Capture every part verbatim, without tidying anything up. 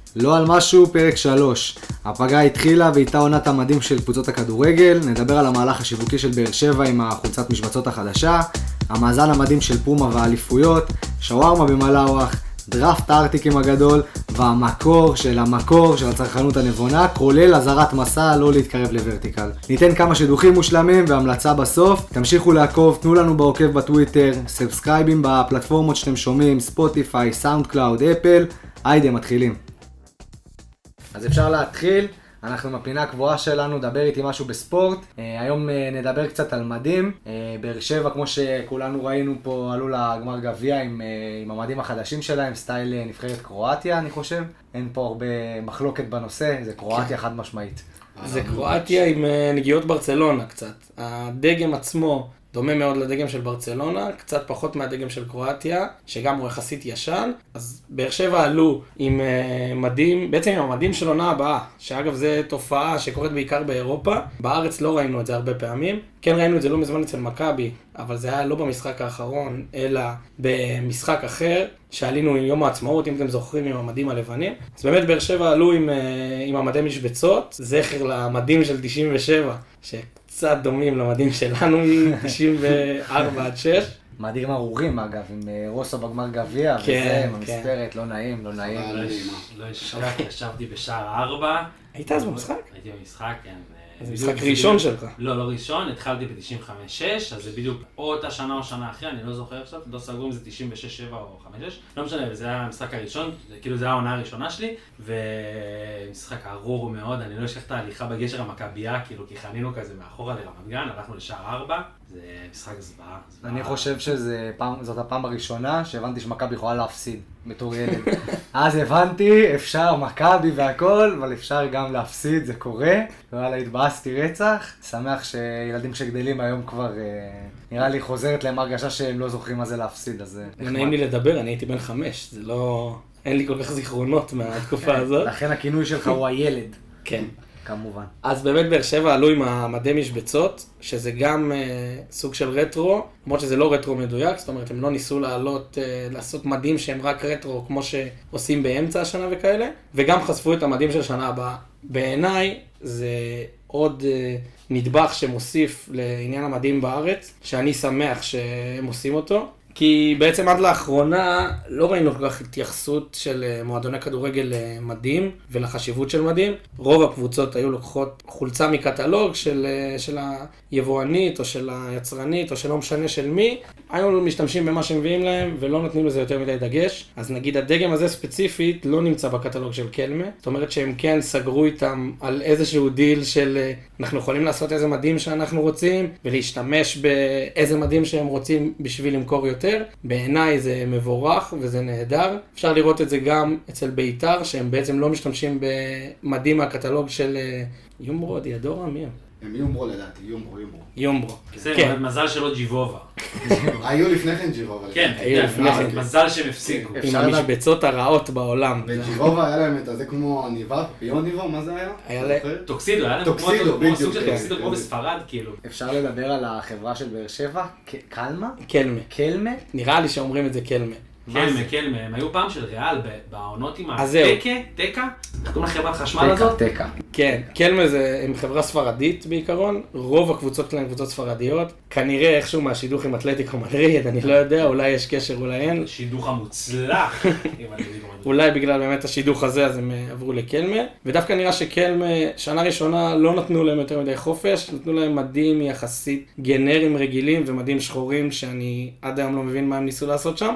לא על משהו, פרק שלוש. הפגרה התחילה ואיתה עונת המדים של קבוצות הכדורגל. נדבר על המהלך השיווקי של באר שבע עם החולצת משבצות החדשה, המאזן המדים של פומה והאליפויות, שווארמה במלאווח, דראפט הארטיקים הגדול, והמקור של המקור של הצרכנות הנבונה, כולל הזרת מסע לא להתקרב לוורטיקל. ניתן כמה שידוכים מושלמים והמלצה בסוף. תמשיכו לעקוב, תנו לנו בעוקב בטוויטר, סאבסקרייבים בפלטפורמות שאתם שומעים, ספוטיפיי, סאונד קלאוד, אפל. היידה, מתחילים. אז אפשר להתחיל. אנחנו בפינה הקבועה שלנו, נדבר איתי משהו בספורט. היום נדבר קצת על מדים. באר שבע, כמו שכולנו ראינו פה, עלו לגמר גביע עם, עם המדים החדשים שלהם, סטייל נבחרת קרואטיה, אני חושב. אין פה הרבה מחלוקת בנושא, זה קרואטיה חד משמעית. זה קרואטיה עם נגיעות ברצלונה קצת. הדגם עצמו דומה מאוד לדגם של ברצלונה, קצת פחות מהדגם של קרואטיה, שגם הוא יחסית ישן. אז באר שבע עלו עם uh, מדים, בעצם עם המדים של עונה הבאה, שאגב זה תופעה שקורית בעיקר באירופה. בארץ לא ראינו את זה הרבה פעמים. כן ראינו את זה לא מזמן אצל מכבי, אבל זה היה לא במשחק האחרון, אלא במשחק אחר, שעלינו עם יום העצמאות, אם אתם זוכרים, עם המדים הלבנים. אז באמת באר שבע עלו עם, uh, עם המדי משבצות, זכר למדים של תשעים ושבע, ש... קצת דומים למדים שלנו מ-תשעים וארבע עד שש. מדים ארורים אגב, עם רוסו בגמר גביע, וזה, עם המספרת, לא נעים, לא נעים. לא ישבתי, ישבתי בשער ארבע. היית אז במשחק? הייתי במשחק, כן. זה משחק ראשון שלך. לא, לא ראשון, התחלתי ב-תשעים וחמש שש, אז זה בדיוק או אותה שנה או שנה אחרי, אני לא זוכר עכשיו, לא סגור אם זה תשעים ושש שבע או חמש שש, לא משנה, זה היה המשחק הראשון, כאילו זה היה העונה הראשונה שלי, ומשחק ארור מאוד, אני לא אשכח את ההליכה בגשר המכבייה, כאילו כי חנינו כזה מאחורה לרמת גן, הלכנו לשער ארבע, זה משחק זוועה. אני חושב שזאת הפעם הראשונה שהבנתי שמכבי יכולה להפסיד בתור ילד. אז הבנתי, אפשר מכבי והכל, אבל אפשר גם להפסיד, זה קורה. ואללה, התבאסתי רצח. שמח שילדים שגדלים היום כבר, נראה לי חוזרת להם הרגשה שהם לא זוכרים מה זה להפסיד, אז נחמד. נעים לי לדבר, אני הייתי בן חמש, זה לא... אין לי כל כך זיכרונות מהתקופה הזאת. לכן הכינוי שלך הוא הילד. כן. כמובן. אז באמת באר שבע עלו עם המדי משבצות, שזה גם אה, סוג של רטרו, למרות שזה לא רטרו מדויק, זאת אומרת, הם לא ניסו לעלות, אה, לעשות מדים שהם רק רטרו, כמו שעושים באמצע השנה וכאלה, וגם חשפו את המדים של שנה הבאה. בעיניי זה עוד אה, נדבך שמוסיף לעניין המדים בארץ, שאני שמח שהם עושים אותו. כי בעצם עד לאחרונה לא ראינו כל כך התייחסות של מועדוני כדורגל למדים ולחשיבות של מדים. רוב הקבוצות היו לוקחות חולצה מקטלוג של, של היבואנית או של היצרנית או שלא משנה של מי. היו משתמשים במה שמביאים להם ולא נותנים לזה יותר מדי דגש. אז נגיד הדגם הזה ספציפית לא נמצא בקטלוג של קלמה. זאת אומרת שהם כן סגרו איתם על איזשהו דיל של אנחנו יכולים לעשות איזה מדים שאנחנו רוצים ולהשתמש באיזה מדים שהם רוצים בשביל למכור יותר. בעיניי זה מבורך וזה נהדר. אפשר לראות את זה גם אצל ביתר, שהם בעצם לא משתמשים במדים מהקטלוג של יומברו, דיאדורה, מי הם? הם יומברו לדעתי, יומברו, יומברו. יומברו. כן, מזל שלא ג'יבובה. היו לפני כן ג'יבובה. כן, מזל שהם הפסיקו. עם המשבצות הרעות בעולם. וג'יבובה היה להם את זה כמו ניבה, פיון ניבה, מה זה היה? היה להם... טוקסידו, היה להם כמו סוג של טוקסידו כמו בספרד, כאילו. אפשר לדבר על החברה של באר שבע? קלמה? קלמה. קלמה? נראה לי שאומרים את זה קלמה. קלמה, קלמה, הם היו פעם של ריאל בעונות עם הטקה, טקה, איך קוראים לחברת חשמל הזאת? טקה. כן, קלמה זה עם חברה ספרדית בעיקרון, רוב הקבוצות שלהם קבוצות ספרדיות, כנראה איכשהו מהשידוך עם אתלטיקו מדריד, אני לא יודע, אולי יש קשר, אולי אין. שידוך המוצלח. אולי בגלל באמת השידוך הזה אז הם עברו לקלמה, ודווקא נראה שקלמה שנה ראשונה לא נתנו להם יותר מדי חופש, נתנו להם מדים יחסית גנריים רגילים ומדים שחורים שאני עד היום לא מבין מה הם ניסו לעשות שם,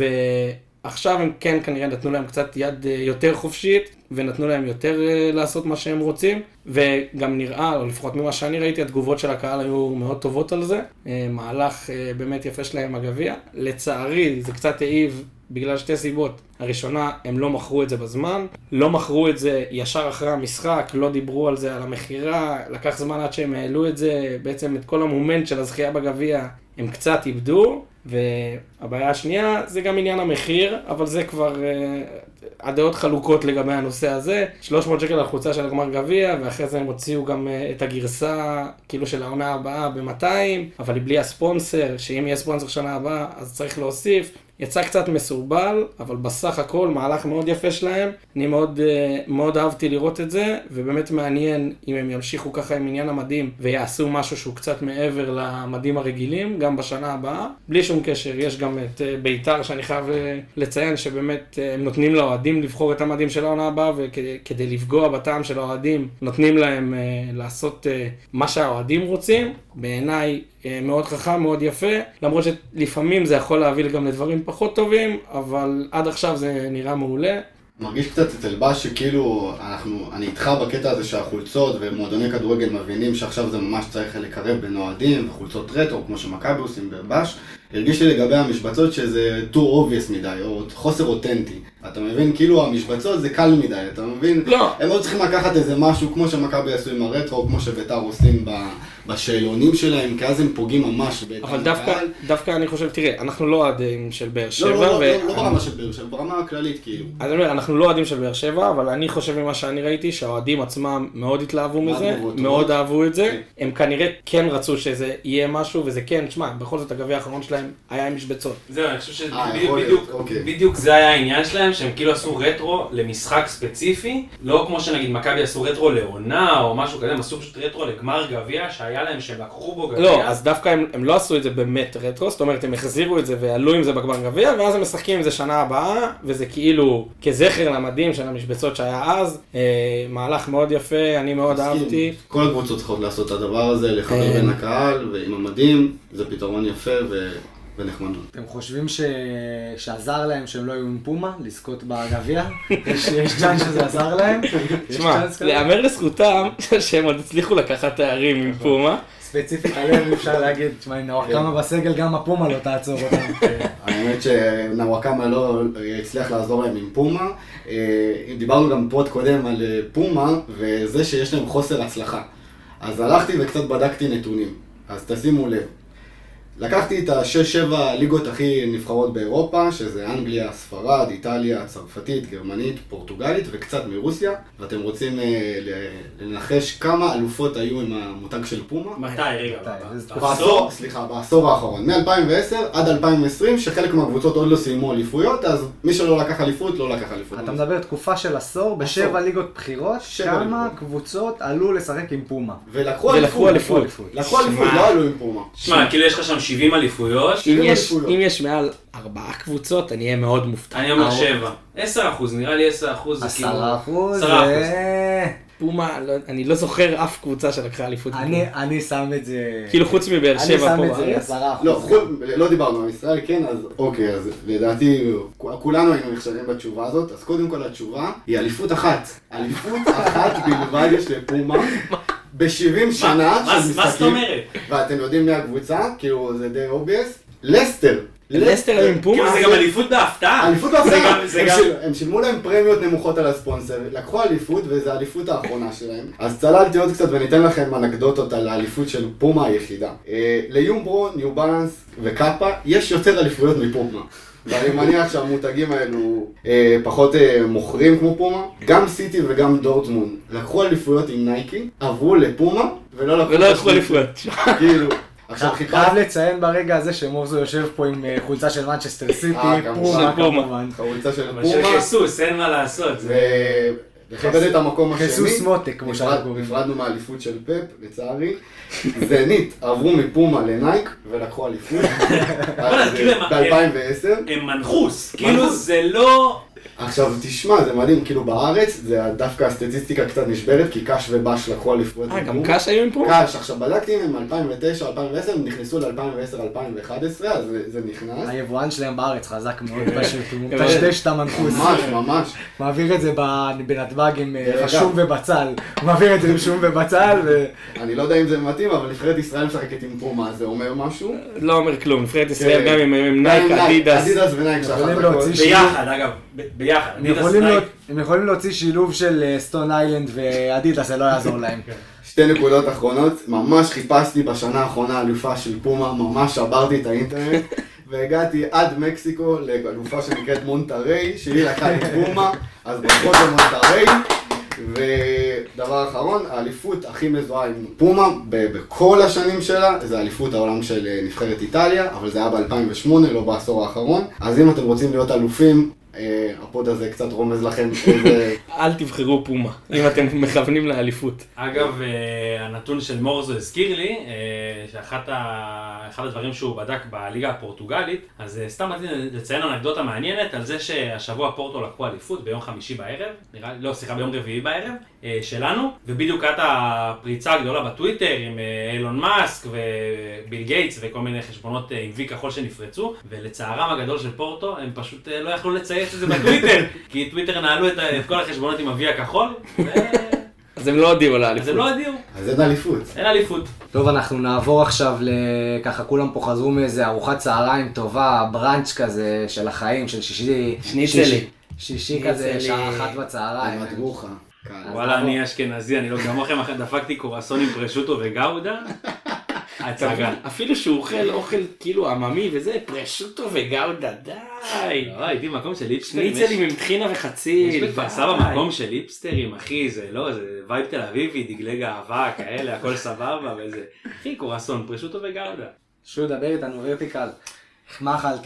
ועכשיו הם כן כנראה נתנו להם קצת יד יותר חופשית, ונתנו להם יותר לעשות מה שהם רוצים, וגם נראה, או לפחות ממה שאני ראיתי, התגובות של הקהל היו מאוד טובות על זה, מהלך באמת יפה שלהם הגביע. לצערי זה קצת העיב בגלל שתי סיבות. הראשונה, הם לא מכרו את זה בזמן, לא מכרו את זה ישר אחרי המשחק, לא דיברו על זה, על המחירה, לקח זמן עד שהם העלו את זה, בעצם את כל המומנט של הזכייה בגביע הם קצת איבדו, והבעיה השנייה זה גם עניין המחיר, אבל זה כבר הדעות חלוקות לגבי הנושא הזה. שלוש מאות שקל על חולצה של הגמר גביע, ואחרי זה הם הוציאו גם את הגרסה כאילו של העונה הבאה ב-מאתיים, אבל היא בלי הספונסר, שאם יהיה ספונסר שנה הבאה אז צריך להוסיף. יצא קצת מסורבל, אבל בסך הכל מהלך מאוד יפה שלהם. אני מאוד, מאוד אהבתי לראות את זה, ובאמת מעניין אם הם ימשיכו ככה עם עניין המדים, ויעשו משהו שהוא קצת מעבר למדים הרגילים, גם בשנה הבאה. בלי שום קשר, יש גם את ביתר, שאני חייב לציין שבאמת הם נותנים לאוהדים לבחור את המדים של העונה הבאה, וכדי לפגוע בטעם של האוהדים, נותנים להם לעשות מה שהאוהדים רוצים. בעיניי מאוד חכם, מאוד יפה, למרות שלפעמים זה יכול להביא גם לדברים פחות טובים, אבל עד עכשיו זה נראה מעולה. מרגיש קצת אצל בש שכאילו, אנחנו, אני איתך בקטע הזה שהחולצות ומועדוני כדורגל מבינים שעכשיו זה ממש צריך לקרב בין אוהדים וחולצות רטרו, כמו שמכבי עושים בבש. הרגיש לי לגבי המשבצות שזה too obvious מדי, או חוסר אותנטי. אתה מבין? כאילו המשבצות זה קל מדי, אתה מבין? לא. הם לא צריכים לקחת איזה משהו כמו שמכבי עשו עם הרטרו, או כמו שביתר עושים ב... בשאלונים שלהם, כי אז הם פוגעים ממש. אבל דווקא, דווקא אני חושב, תראה, אנחנו לא אוהדים של באר שבע. לא, לא, לא, לא ברמה של באר שבע, ברמה הכללית כאילו. אז אני אומר, אנחנו לא אוהדים של באר שבע, אבל אני חושב ממה שאני ראיתי, שהאוהדים עצמם מאוד התלהבו מזה, מאוד אהבו את זה. הם כנראה כן רצו שזה יהיה משהו, וזה כן, תשמע, בכל זאת הגביע האחרון שלהם היה עם משבצות. זהו, אני חושב שבדיוק זה היה העניין שלהם, שהם כאילו עשו רטרו למשחק ספציפי, לא כמו שנגיד מכבי עשו רטרו לעונה או משהו כזה, הם עשו פשוט רטרו לגמר גביע, היה להם שהם לקחו בו גביע. לא, אז דווקא הם, הם לא עשו את זה באמת רטרו, זאת אומרת, הם החזירו את זה ועלו עם זה בגמר גביע, ואז הם משחקים עם זה שנה הבאה, וזה כאילו כזכר למדים של המשבצות שהיה אז, אה, מהלך מאוד יפה, אני מאוד אהבתי. כל הקבוצות צריכות לעשות את הדבר הזה, לחבר בין הקהל, ועם המדים, זה פתרון יפה ו... ונחמדות. אתם חושבים ש... שעזר להם שהם לא היו עם פומה, לזכות בגביע? יש, יש צ'אנס שזה עזר להם? תשמע, להאמר לזכותם שהם עוד הצליחו לקחת תארים עם פומה. ספציפית עליהם אפשר להגיד, תשמע, אם נוואקמה בסגל גם הפומה לא תעצור אותם. האמת שנוואקמה לא הצליח לעזור להם עם פומה. דיברנו גם פוד קודם על פומה, וזה שיש להם חוסר הצלחה. אז הלכתי וקצת בדקתי נתונים, אז תשימו לב. לקחתי את השש שבע ליגות הכי נבחרות באירופה, שזה אנגליה, ספרד, איטליה, צרפתית, גרמנית, פורטוגלית וקצת מרוסיה, ואתם רוצים לנחש כמה אלופות היו עם המותג של פומה? מתי? רגע, בעשור, סליחה, בעשור האחרון, מ-אלפיים ועשר עד אלפיים ועשרים, שחלק מהקבוצות עוד לא סיימו אליפויות, אז מי שלא לקח אליפות, לא לקח אליפות. אתה מדבר תקופה של עשור, בשבע ליגות בחירות, כמה קבוצות עלו לשחק עם פומה. ולקחו אליפות. לקחו אליפות, לא עלו עם פומה. שמע, כאילו יש לך שם שבעים אליפויות. אם יש מעל ארבעה קבוצות, אני אהיה מאוד מופתע. אני אומר שבע. עשר אחוז, נראה לי עשר אחוז זה כאילו... עשרה אחוז? עשרה אחוז. פומה, אני לא זוכר אף קבוצה שלקחה אליפות. אני שם את זה... כאילו חוץ מבאר שבע פה בארץ. אני שם את זה עשרה אחוז. לא, לא דיברנו על ישראל, כן, אז אוקיי, אז לדעתי כולנו היינו נכשלים בתשובה הזאת, אז קודם כל התשובה היא אליפות אחת. אליפות אחת בלבד יש לפומה. ב-שבעים שנה של משחקים. מה זאת אומרת? ואתם יודעים מי הקבוצה? כאילו זה די אובייס. לסטר. לסטר עם פומה? זה גם אליפות בהפתעה. אליפות בהפתעה. הם שילמו להם פרמיות נמוכות על הספונסר. לקחו אליפות וזו האליפות האחרונה שלהם. אז צללתי עוד קצת וניתן לכם אנקדוטות על האליפות של פומה היחידה. ליומברו, ניו בלנס וקאפה יש יותר אליפויות מפומה. ואני מניח שהמותגים האלו אה, פחות אה, מוכרים כמו פומה. גם סיטי וגם דורטמונד לקחו אליפויות עם נייקי, עברו לפומה ולא לקחו, ולא לקחו אליפויות. כאילו, עכשיו חיפה... חייב לציין ברגע הזה שמורזו יושב פה עם חולצה של מנצ'סטר סיטי, פומה כמובן. חולצה של פומה. של חיסוס, אין מה לעשות. ו... לכבד את המקום השני. חיסוס מותק, כמו שאנחנו קוראים. נפרדנו מהאליפות של פפ, לצערי. זנית עברו מפומה לנייק ולקחו אליפות. ב-אלפיים ועשר. הם מנחוס, כאילו זה לא... עכשיו תשמע, זה מדהים, כאילו בארץ, זה דווקא הסטטיסטיקה קצת נשברת, כי קאש ובאש לקחו אליפויות. אה, גם קאש היו עם פומה? קאש, עכשיו בדקתי הם אלפיים ותשע אלפיים ועשר, הם נכנסו ל-אלפיים ועשר אלפיים ואחת עשרה, אז זה נכנס. היבואן שלהם בארץ חזק מאוד פשוט, הוא מטשטש את המנחוס. ממש, ממש. מעביר את זה בנתב"ג עם חשום ובצל. הוא מעביר את זה עם שום ובצל ו... אני לא יודע אם זה מתאים, אבל נבחרת ישראל משחקת עם פומה, זה אומר משהו? לא אומר כלום, נבחרת ישראל גם עם נייק, אדידס. אדידס ונייק ביחד, אגב, ביחד. הם יכולים להוציא שילוב של סטון איילנד ואדידס, זה לא יעזור להם. שתי נקודות אחרונות, ממש חיפשתי בשנה האחרונה אלופה של פומה, ממש עברתי את האינטרנט והגעתי עד מקסיקו לאלופה שנקראת מונטריי, שהיא לקחה את פומה, אז ברכות למונטריי. ודבר אחרון, האליפות הכי מזוהה עם פומה בכל השנים שלה, זה אליפות העולם של נבחרת איטליה, אבל זה היה ב-אלפיים ושמונה, לא בעשור האחרון. אז אם אתם רוצים להיות אלופים, הפוד הזה קצת רומז לכם איזה... אל תבחרו פומה, אם אתם מכוונים לאליפות. אגב, הנתון של מורזו הזכיר לי, שאחד הדברים שהוא בדק בליגה הפורטוגלית, אז סתם רציתי לציין אנקדוטה מעניינת על זה שהשבוע פורטו לקחו אליפות ביום חמישי בערב, נראה, לא, סליחה, ביום רביעי בערב, שלנו, ובדיוק הייתה הפריצה הגדולה בטוויטר עם אילון מאסק וביל גייטס וכל מיני חשבונות עם וי כחול שנפרצו, ולצערם הגדול של פורטו, הם פשוט לא יכלו לצייץ את זה בטוויטר, כי טוויטר נעלו את, את כל החשבונות עם הוי הכחול, ו... אז הם לא הודיעו לאליפות. אז הם לא הודיעו. אז אין אליפות. אין אליפות. טוב, אנחנו נעבור עכשיו לככה, כולם פה חזרו מאיזה ארוחת צהריים טובה, ברנץ' כזה של החיים, של שישי... שניצלי. שישי כזה, שעה אחת בצהריים. עם הדרוכה. וואלה, אני אשכנזי, אני לא כמוכם, דפקתי קורסון עם פרשוטו וגאודה. הצגה. אפילו שהוא אוכל אוכל כאילו עממי וזה, פרשוטו וגאודה, די. לא, הייתי במקום של ליפסטרים. שניצלים עם טחינה וחציל. יש בכפר סבא מקום של ליפסטרים, אחי, זה לא, זה וייב תל אביבי, דגלי גאווה, כאלה, הכל סבבה וזה. אחי, קורסון, פרשוטו וגאודה. שו, דבר איתנו, ורטיקל. מה אכלת?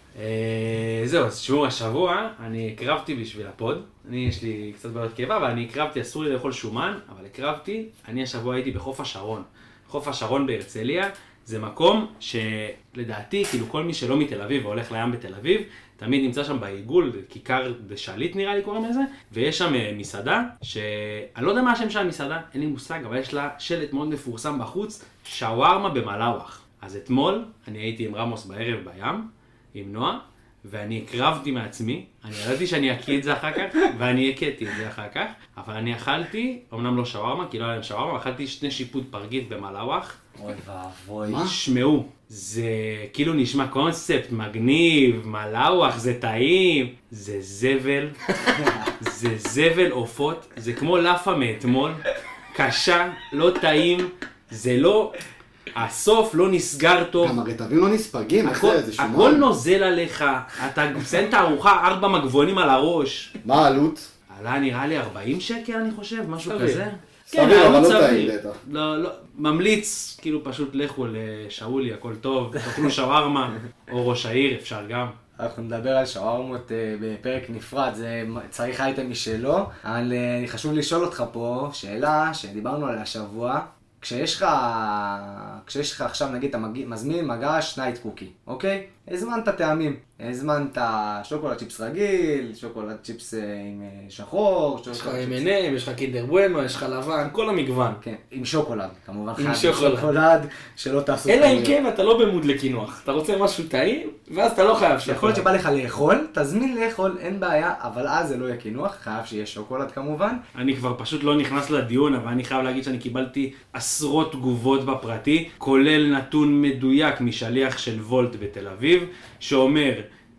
זהו, אז תשמעו, השבוע אני הקרבתי בשביל הפוד, אני יש לי קצת בעיות קיבה, אבל אני הקרבתי, אסור לי לאכול שומן, אבל הקרבתי, אני השבוע הייתי בחוף השרון. חוף השרון בהרצליה, זה מקום שלדעתי, כאילו כל מי שלא מתל אביב והולך לים בתל אביב, תמיד נמצא שם בעיגול, כיכר בשליט נראה לי קוראים לזה, ויש שם מסעדה, שאני לא יודע מה השם של המסעדה, אין לי מושג, אבל יש לה שלט מאוד מפורסם בחוץ, שווארמה במלאווח. אז אתמול אני הייתי עם רמוס בערב בים, עם נועה, ואני הקרבתי מעצמי, אני ידעתי שאני אקיא את זה אחר כך, ואני הקאתי את זה אחר כך, אבל אני אכלתי, אמנם לא שווארמה, כי לא היה להם שווארמה, אכלתי שני שיפוד פרגית במלאווח. אוי ואבוי. מה? שמעו, זה כאילו נשמע קונספט מגניב, מלאווח, זה טעים, זה זבל, זה זבל עופות, זה כמו לאפה מאתמול, קשה, לא טעים, זה לא... הסוף לא נסגר טוב. גם הרטבים לא נספגים, איך זה? זה שומן. הכל נוזל עליך, אתה מסיים את הארוחה, ארבע מגבונים על הראש. מה העלות? עלה נראה לי ארבעים שקל אני חושב, משהו כזה. סביר, אבל לא טעים בטח. לא, לא, ממליץ, כאילו פשוט לכו לשאולי, הכל טוב, תאכלו שווארמה, או ראש העיר, אפשר גם. אנחנו נדבר על שווארמות בפרק נפרד, זה צריך אייטם משלו, אבל חשוב לשאול אותך פה שאלה שדיברנו עליה השבוע. כשיש לך, כשיש לך עכשיו נגיד אתה מזמין מגש נייט קוקי, אוקיי? הזמנת טעמים, הזמנת שוקולד צ'יפס רגיל, שוקולד צ'יפס עם שחור, יש לך אם אן אם, יש לך קינדר בואנו, יש לך לבן, כל המגוון. כן, עם שוקולד, כמובן עם שוקולד. שוקולד שלא תעשו... אלא אם כן אתה לא במוד לקינוח, אתה רוצה משהו טעים, ואז אתה לא חייב שוקולד. יכול להיות שבא לך לאכול, תזמין לאכול, אין בעיה, אבל אז זה לא יהיה קינוח, חייב שיהיה שוקולד כמובן. אני כבר פשוט לא נכנס לדיון, אבל אני חייב להגיד שאני קיבלתי עשרות תגובות בפרטי, כולל נתון מדויק משליח של וולט בתל אביב, שאומר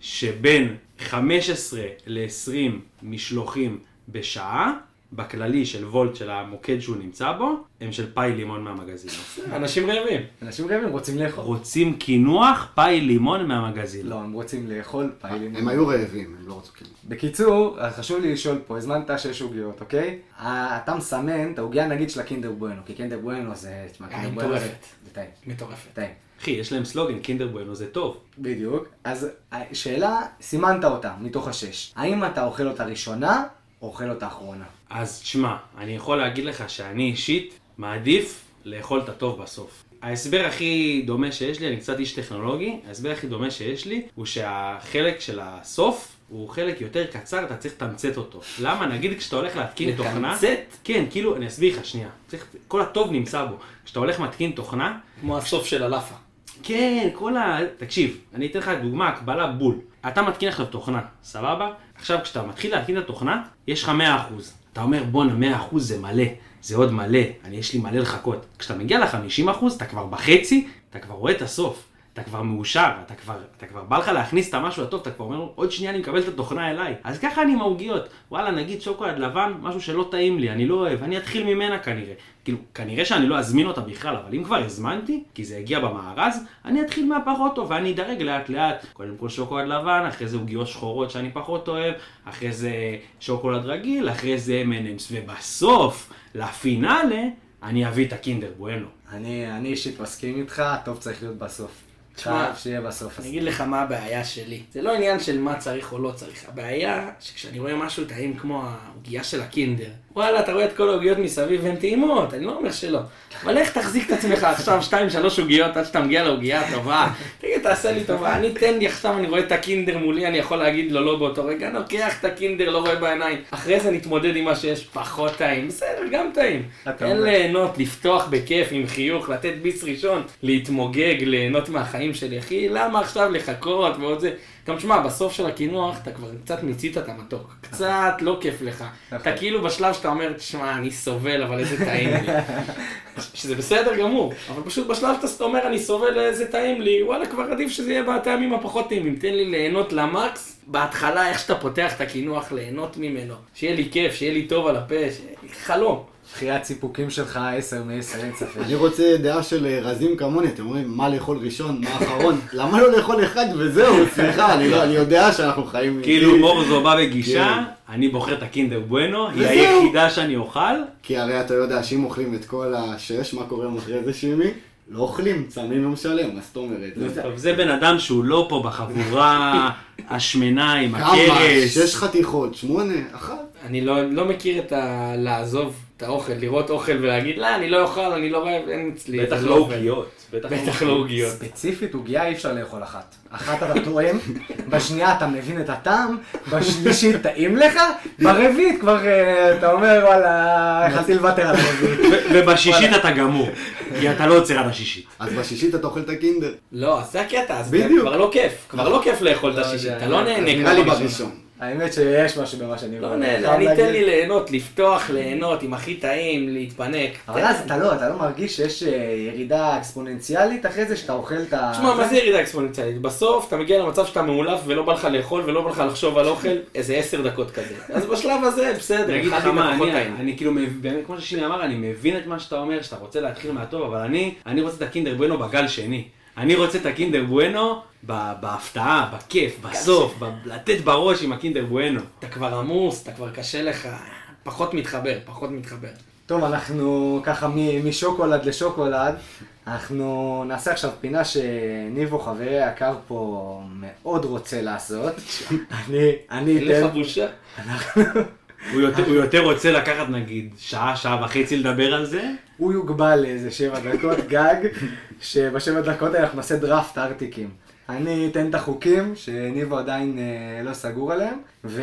שבין חמש עשרה ל-עשרים משלוחים בשעה, בכללי של וולט של המוקד שהוא נמצא בו, הם של פאי לימון מהמגזין. אנשים רעבים. אנשים רעבים רוצים לאכול. רוצים קינוח פאי לימון מהמגזין. לא, הם רוצים לאכול פאי לימון. הם היו רעבים, הם לא רצו קינוח. בקיצור, חשוב לי לשאול פה, הזמנת שש עוגיות, אוקיי? אתה מסמן את העוגיה נגיד של הקינדר בואנו, כי קינדר בואנו זה... מטורפת. זה טעים. מטורפת. טעים. אחי, יש להם סלוגן, קינדר בואנו זה טוב. בדיוק. אז שאלה, סימנת אותה מתוך השש. האם אתה אוכל אותה ראשונה או אוכל אותה אחרונה? אז תשמע, אני יכול להגיד לך שאני אישית מעדיף לאכול את הטוב בסוף. ההסבר הכי דומה שיש לי, אני קצת איש טכנולוגי, ההסבר הכי דומה שיש לי הוא שהחלק של הסוף הוא חלק יותר קצר, אתה צריך לתמצת אותו. למה? נגיד כשאתה הולך להתקין תוכנה... לתמצת? כן, כאילו, אני אסביר לך שנייה. צריך, כל הטוב נמצא בו. כשאתה הולך מתקין תוכנה... כמו הסוף של הלאפה. כן, כל ה... תקשיב, אני אתן לך דוגמה, הקבלה בול. אתה מתקין עכשיו תוכנה, סבבה? עכשיו כשאתה מתחיל להתקין את התוכנה, יש לך מאה אחוז. אתה אומר, בונה, מאה אחוז זה מלא, זה עוד מלא, אני יש לי מלא לחכות. כשאתה מגיע ל-חמישים אחוז, אתה כבר בחצי, אתה כבר רואה את הסוף. אתה כבר מאושר, אתה כבר, אתה כבר בא לך להכניס את המשהו הטוב, אתה כבר אומר, עוד שנייה אני מקבל את התוכנה אליי. אז ככה אני עם העוגיות. וואלה, נגיד שוקולד לבן, משהו שלא טעים לי, אני לא אוהב, אני אתחיל ממנה כנראה. כאילו, כנראה שאני לא אזמין אותה בכלל, אבל אם כבר הזמנתי, כי זה הגיע במארז, אני אתחיל מהפחות טוב, ואני אדרג לאט לאט. קודם כל שוקולד לבן, אחרי זה עוגיות שחורות שאני פחות אוהב, אחרי זה שוקולד רגיל, אחרי זה אם אנד אמס, ובסוף, לפינאלה, אני אביא את הקינדר בואנו. אני, אני אישית מסכים איתך, טוב צריך להיות בסוף. תשמע, שיהיה בסוף. אני אגיד לך מה הבעיה שלי. זה לא עניין של מה צריך או לא צריך. הבעיה שכשאני רואה משהו טעים כמו העוגיה של הקינדר, וואלה, אתה רואה את כל העוגיות מסביב והן טעימות, אני לא אומר שלא. אבל איך תחזיק את עצמך עכשיו שתיים, שלוש עוגיות עד שאתה מגיע לעוגיה הטובה? תגיד, תעשה לי טובה, אני תן לי עכשיו, אני רואה את הקינדר מולי, אני יכול להגיד לו לא באותו רגע, אני לוקח את הקינדר, לא רואה בעיניים. אחרי זה נתמודד עם מה שיש פחות טעים. בסדר, גם טעים. תן ליהנות, לפתוח בכיף, עם חיוך, לתת ביס ראשון, להתמוגג, ליהנות מהחיים שלי. אחי, למה עכשיו לחכות ועוד זה? גם תשמע, בסוף של הקינוח אתה כבר קצת מיצית את המתוק, קצת לא כיף לך. אתה כאילו בשלב שאתה אומר, תשמע, אני סובל, אבל איזה טעים לי. שזה בסדר גמור, אבל פשוט בשלב שאתה אומר, אני סובל, איזה טעים לי, וואלה, כבר עדיף שזה יהיה בטעמים הפחות טעימים. תן לי ליהנות למקס, בהתחלה איך שאתה פותח את הקינוח, ליהנות ממנו. שיהיה לי כיף, שיהיה לי טוב על הפה, חלום. חיית סיפוקים שלך עשר מעשר, אין ספק. אני רוצה דעה של רזים כמוני, אתם אומרים מה לאכול ראשון, מה אחרון, למה לא לאכול אחד וזהו, סליחה, אני יודע שאנחנו חיים... כאילו מורזו בא בגישה, אני בוחר את הקינדר בואנו, היא היחידה שאני אוכל. כי הרי אתה יודע שאם אוכלים את כל השש, מה קורה אחרי זה שימי? לא אוכלים, צמים יום שלם, מה זאת אומרת? טוב, זה בן אדם שהוא לא פה בחבורה השמנה עם כמה? הכרס. שש חתיכות, שמונה, אחת. אני לא, לא מכיר את ה... לעזוב את האוכל, לראות אוכל ולהגיד, לא, אני לא אוכל, אני לא רואה, אין אצלי. בטח לא עוגיות. בטח לא עוגיות. ספציפית, עוגיה אי אפשר לאכול אחת. אחת אתה טועם, בשנייה אתה מבין את הטעם, בשלישית טעים לך, ברביעית כבר אתה אומר, וואלה, יכלתי לוותר על הרביעית. ובשישית אתה גמור, כי אתה לא עוצר עד השישית. אז בשישית אתה אוכל את הקינדר. לא, אז זה הקטע, אז בדיוק. כבר לא כיף, כבר לא כיף לאכול את השישית, אתה לא נהנה נראה לי בראשון. האמת שיש משהו במה שאני לא נהנה, אני אתן לי ליהנות, לפתוח, ליהנות, עם הכי טעים, להתפנק. אבל אז אתה לא, אתה לא מרגיש שיש ירידה אקספוננציאלית אחרי זה שאתה אוכל את ה... תשמע, מה זה ירידה אקספוננציאלית? בסוף אתה מגיע למצב שאתה מעולף ולא בא לך לאכול ולא בא לך לחשוב על אוכל איזה עשר דקות כזה. אז בשלב הזה, בסדר, אני אגיד לך אחד מה, מפחות אני, טעים. אני כאילו, באמת כמו ששימי אמר, אני מבין את מה שאתה אומר, שאתה רוצה להתחיל מהטוב, אבל אני, אני רוצה את הקינדר בואנו בגל שני. אני רוצה את הקינדר בואנו בהפתעה, בכיף, בסוף, לתת בראש עם הקינדר בואנו. אתה כבר עמוס, אתה כבר קשה לך, פחות מתחבר, פחות מתחבר. טוב, אנחנו ככה משוקולד לשוקולד, אנחנו נעשה עכשיו פינה שניבו חברי היקר פה מאוד רוצה לעשות. אני, אני אין לך בושה? אנחנו... הוא יותר, הוא יותר רוצה לקחת נגיד שעה, שעה וחצי לדבר על זה. הוא יוגבל לאיזה שבע דקות גג, שבשבע דקות האלה אנחנו נעשה דראפט ארטיקים. אני אתן את החוקים שניבו עדיין אה, לא סגור עליהם,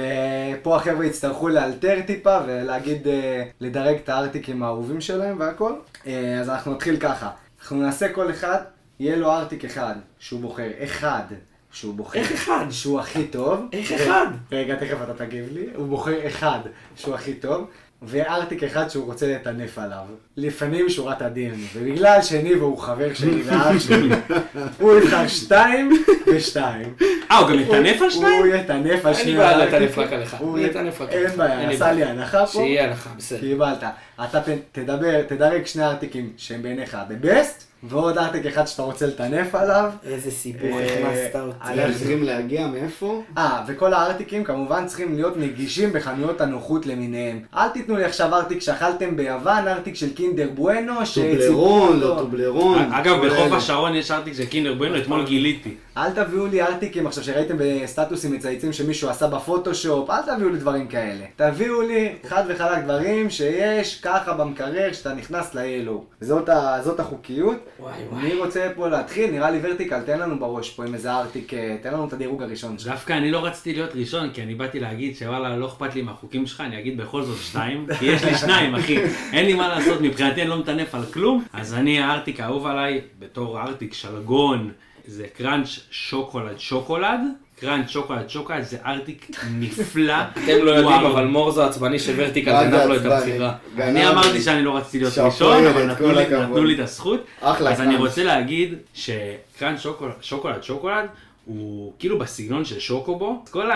ופה החבר'ה יצטרכו לאלתר טיפה ולהגיד, אה, לדרג את הארטיקים האהובים שלהם והכל. אה, אז אנחנו נתחיל ככה, אנחנו נעשה כל אחד, יהיה לו ארטיק אחד שהוא בוחר, אחד שהוא בוחר. איך אחד? שהוא הכי טוב. איך אחד? רגע, תכף אתה תגיב לי. הוא בוחר אחד שהוא הכי טוב, וארטיק אחד שהוא רוצה לטנף עליו. לפנים שורת הדין. ובגלל שניבו הוא חבר שלי ואח שלי, הוא יבחר שתיים ושתיים. אה, הוא גם יטנף על שניים? הוא יטנף על שני אני בעיה לטנף רק על אחד. אני אטנף רק על אחד. אין בעיה, עשה לי הנחה פה. שיהיה הנחה, בסדר. קיבלת. אתה תדבר, תדרג שני ארטיקים שהם בעיניך the best, ועוד ארטיק אחד שאתה רוצה לטנף עליו. איזה סיבוך הכנסת אותי. אנחנו צריכים להגיע מאיפה? אה, וכל הארטיקים כמובן צריכים להיות נגישים בחנויות הנוחות למיניהם. אל תיתנו לי עכשיו ארטיק שאכלתם ביוון, ארטיק של קינדר בואנו, טובלרון, לא טובלרון. אגב, בחוף השרון יש ארטיק של קינדר בואנו, אתמול גיליתי. אל תביאו לי ארטיקים עכשיו שראיתם בסטטוסים מצייצים שמישהו עשה בפוטושופ, אל תביאו לי דברים כאלה. תביאו לי חד וחלק דברים שיש ככה במקרר שאתה נכנס ל-Yellow. זאת, ה, זאת החוקיות. וואי וואי. אני רוצה פה להתחיל, נראה לי ורטיקל, תן לנו בראש פה עם איזה ארטיק, תן לנו את הדירוג הראשון. דווקא אני לא רציתי להיות ראשון, כי אני באתי להגיד שוואלה לא אכפת לי מהחוקים שלך, אני אגיד בכל זאת שתיים, כי יש לי שניים אחי, אין לי מה לעשות, מבחינתי אני לא מטנף על כלום, אז אני הארטיק האהוב עליי בתור ארטיק שלגון, זה קראנץ' שוקולד שוקולד, קראנץ' שוקולד שוקולד זה ארטיק נפלא. אתם לא יודעים, אבל מורזו עצבני שוורטיקל גנב לו את הבחירה. אני אמרתי שאני לא רציתי להיות ראשון, אבל נתנו לי את הזכות. אז אני רוצה להגיד שקראנץ' שוקולד שוקולד הוא כאילו בסגנון של שוקובו. כל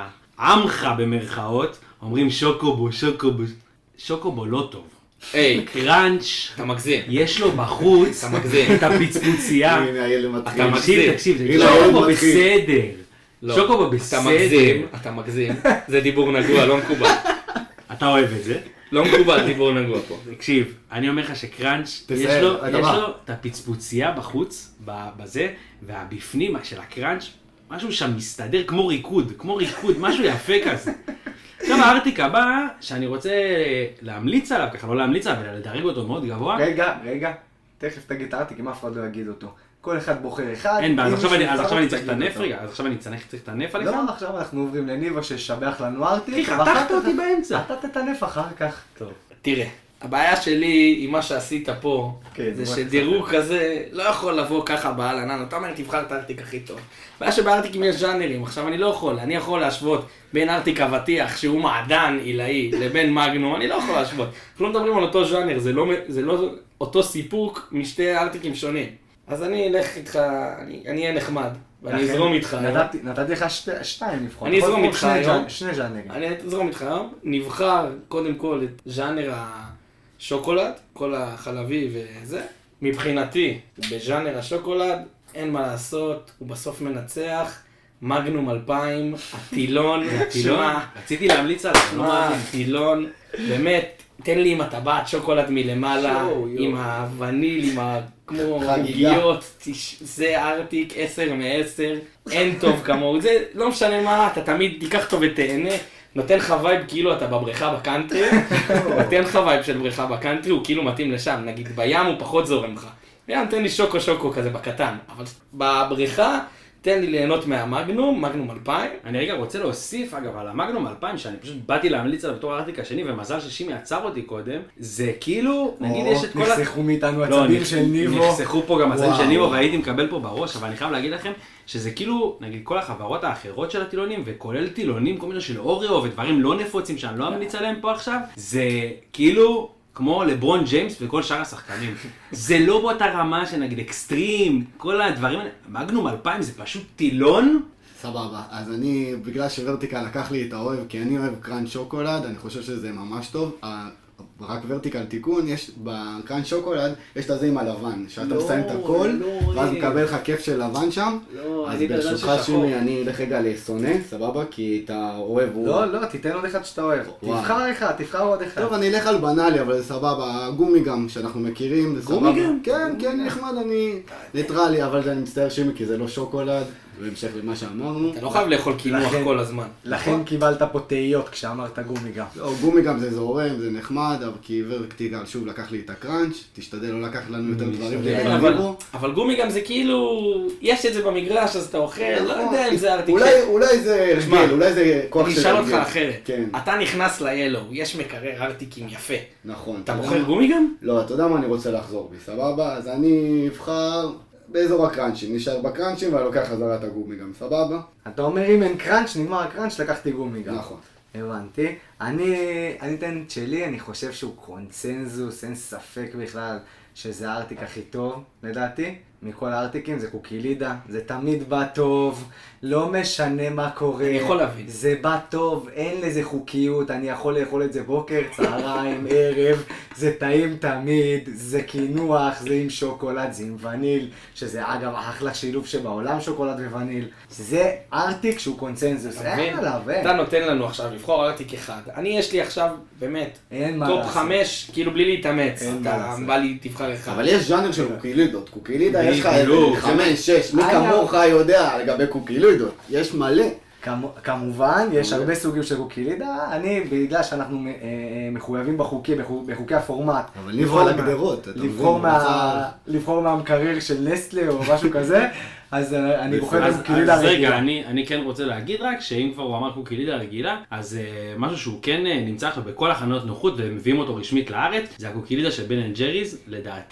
העמך במרכאות אומרים שוקובו, שוקובו. שוקובו לא טוב. היי, קראנץ' אתה מגזים. יש לו בחוץ אתה מגזים. את הפצפוציה. הנה הילד מתחיל. אתה מגזים. תקשיב, תקשיב, הנה, שוקובו הילד מתחיל. בסדר. לא. שוקובו אתה בסדר. מגזים, אתה מגזים. זה דיבור נגוע, לא מקובל. אתה אוהב את זה? לא מקובל דיבור נגוע פה. תקשיב, אני אומר לך שקראנץ' יש תסיים, לו, אתה יש בא. לו את הפצפוציה בחוץ, ב- בזה, והבפנים של הקראנץ', משהו שם מסתדר כמו ריקוד, כמו ריקוד, משהו יפה כזה. עכשיו הארטיק הבא, שאני רוצה להמליץ עליו, ככה לא להמליץ עליו, אלא לדרג אותו מאוד גבוה. רגע, רגע, תכף תגיד את הארטיק, אם אף אחד לא יגיד אותו. כל אחד בוחר אחד. אין בעיה, אז אם עכשיו אני- מישהו אז עכשיו יבחר, אני צריך את תגיד הנף אותו. רגע, אז עכשיו אני צריך צריך את הנף עליך. לא, עכשיו אנחנו עוברים לניבו ששבח לנו ארטיק. אחי, ואחר חתכת כך אותי באמצע. אתה תטנף אחר כך. טוב. תראה, הבעיה שלי עם מה שעשית פה, כן, זה זה שדירוג כזה לא יכול לבוא ככה בעל ענן. אתה אומר, תבחר את הארטיק הכי טוב. הבעיה שבארטיקים יש ז'אנרים, עכשיו אני לא יכול, אני יכול להשוות בין ארטיק אבטיח, שהוא מעדן עילאי, לבין מגנום, אני לא יכול להשוות. אנחנו לא מדברים על אותו ז'אנר, זה לא, זה לא אותו סיפוק משתי ארטיקים שונים. אז אני אלך איתך, אני אני אהיה נחמד, ואני לכן, אזרום איתך. נתתי- נתתי לך שתי- שתיים לבחור. אני אתה יכול אזרום לבחור איתך שני היום. ז'אנ- שני ז'אנרים. אני אזרום איתך היום, נבחר קודם כל את ז'אנר השוקולד, כל החלבי וזה. מבחינתי, בז'אנר השוקולד, אין מה לעשות, הוא בסוף מנצח. מגנום אלפיים, הטילון, טילון? רציתי להמליץ עליו, לא מה, מאמין. טילון, באמת, תן לי עם הטבעת שוקולד מלמעלה, שואו, יואו. עם הווניל, עם ה... כמו חגיגה. עוגיות, תש- זה ארטיק עשר מעשר, אין טוב כמוהו, זה לא משנה מה, אתה תמיד תיקח אותו ותהנה, נותן לך וייב כאילו אתה בבריכה בקאנטרי, נותן לך וייב של בריכה בקאנטרי, הוא כאילו מתאים לשם, נגיד בים הוא פחות זורם לך, ים תן לי שוקו שוקו כזה בקטן, אבל בבריכה תן לי ליהנות מהמגנום, מגנום אלפיים. אני רגע רוצה להוסיף, אגב, על המגנום אלפיים, שאני פשוט באתי להמליץ עליו בתור הארטיק השני, ומזל ששימי עצר אותי קודם, זה כאילו, נגיד יש את כל ה... נחסכו מאיתנו לא, עצבים נכ- של ניבו. נחסכו פה גם עצבים וואו. של ניבו, והייתי מקבל פה בראש, אבל אני חייב להגיד לכם, שזה כאילו, נגיד כל החברות האחרות של הטילונים, וכולל טילונים, כל מיני של אוריו ודברים לא נפוצים שאני לא אמליץ עליהם פה עכשיו, זה כאילו... כמו לברון ג'יימס וכל שאר השחקנים. זה לא באותה רמה שנגיד אקסטרים, כל הדברים האלה. מגנום אלפיים זה פשוט טילון. סבבה, אז אני, בגלל שוורטיקל לקח לי את האוהב, כי אני אוהב קראנץ' שוקולד, אני חושב שזה ממש טוב. ה- רק ורטיקל תיקון, יש בקראנץ' שוקולד, יש את הזה עם הלבן, שאתה לא, מסיים את הכל, לא, ואז אוהב. מקבל לך כיף של לבן שם. לא, אז אני בן אדם ברשותך של שחור. שימי, אני אלך רגע לשונא, סבבה? כי את האוהב הוא... לא, לא, תיתן עוד אחד שאתה אוהב. וואו. תבחר אחד, תבחר עוד אחד. טוב, אני אלך על בנאלי, אבל זה סבבה, הגומי גם, שאנחנו מכירים, זה סבבה. גומי גם? כן, כן, נחמד, אני ניטרלי, אבל אני מצטער שימי, כי זה לא שוקולד, בהמשך למה שאמרנו. אתה לא חייב לאכול קינוח לכן- כל הזמן. לכן קיבלת פה תהיות כשאמרת גומי גם. לא, גומי גם זה זורם, זה נחמד, אבל כי ורטיקל שוב לקח לי את הקראנץ', תשתדל לא לקח לנו יותר דברים כן, כדי אבל- להביא אבל גומי גם זה כאילו, יש את זה במגרש אז אתה אוכל, לא יודע אם זה ארטיק. אולי, אולי זה תשמע, הרגל, אולי זה כוח אני של אשאל אותך הרגל. אחרת. כן, אתה נכנס ל-ילו, יש מקרר ארטיקים יפה. נכון. אתה יודע בוחר מה? גומי גם? לא, אתה יודע מה אני רוצה לחזור בי, סבבה? אז אני אבחר באזור הקראנצ'ים, נשאר בקראנצ'ים ואני לוקח חזרה את הגומי גם, סבבה? אתה אומר אם אין קראנץ', נגמר הקראנץ', לקחתי גומי גם. נכון. הבנתי. אני אני אתן את שלי, אני חושב שהוא קונצנזוס, אין ספק בכלל שזה הארטיק הכי טוב, לדעתי. מכל הארטיקים זה קוקילידה, זה תמיד בא טוב, לא משנה מה קורה. אני יכול להבין. זה בא טוב, אין לזה חוקיות, אני יכול לאכול את זה בוקר, צהריים, ערב, זה טעים תמיד, זה קינוח, זה עם שוקולד, זה עם וניל, שזה אגב אחלה שילוב שבעולם שוקולד ווניל. זה ארטיק שהוא קונצנזוס, אתה אין מבין? עליו, אין. אתה נותן לנו עכשיו לבחור ארטיק אחד. אני יש לי עכשיו, באמת, אין מה טופ לעשות. חמש, כאילו בלי להתאמץ. אין מה אתה לעשות. בא לי, תבחר אחד. אבל יש ז'אנר של קוקילידות, קוקילידה יש לך בדיוק. איזה חמש, שש, מי אגב. כמוך יודע לגבי קוקילידות, יש מלא. כמו- כמובן, יש הרבה סוגים של קוקילידה, אני, בגלל שאנחנו אה, אה, מחויבים בחוקי, בחוק- בחוקי הפורמט, אבל לבחור נבחר על מה- הגדרות, אתה לבחור מבין? מה- לבחור מהמקרר של נסטלה או משהו כזה, אז אה, אני בוחר אז, בקוקילידה אז רגע, רגילה. אני, אני כן רוצה להגיד רק שאם כבר הוא אמר קוקילידה רגילה, אז uh, משהו שהוא כן uh, נמצא עכשיו בכל החנויות נוחות ומביאים אותו רשמית לארץ, זה הקוקילידה של בן אנד ג'ריז, לדעתי,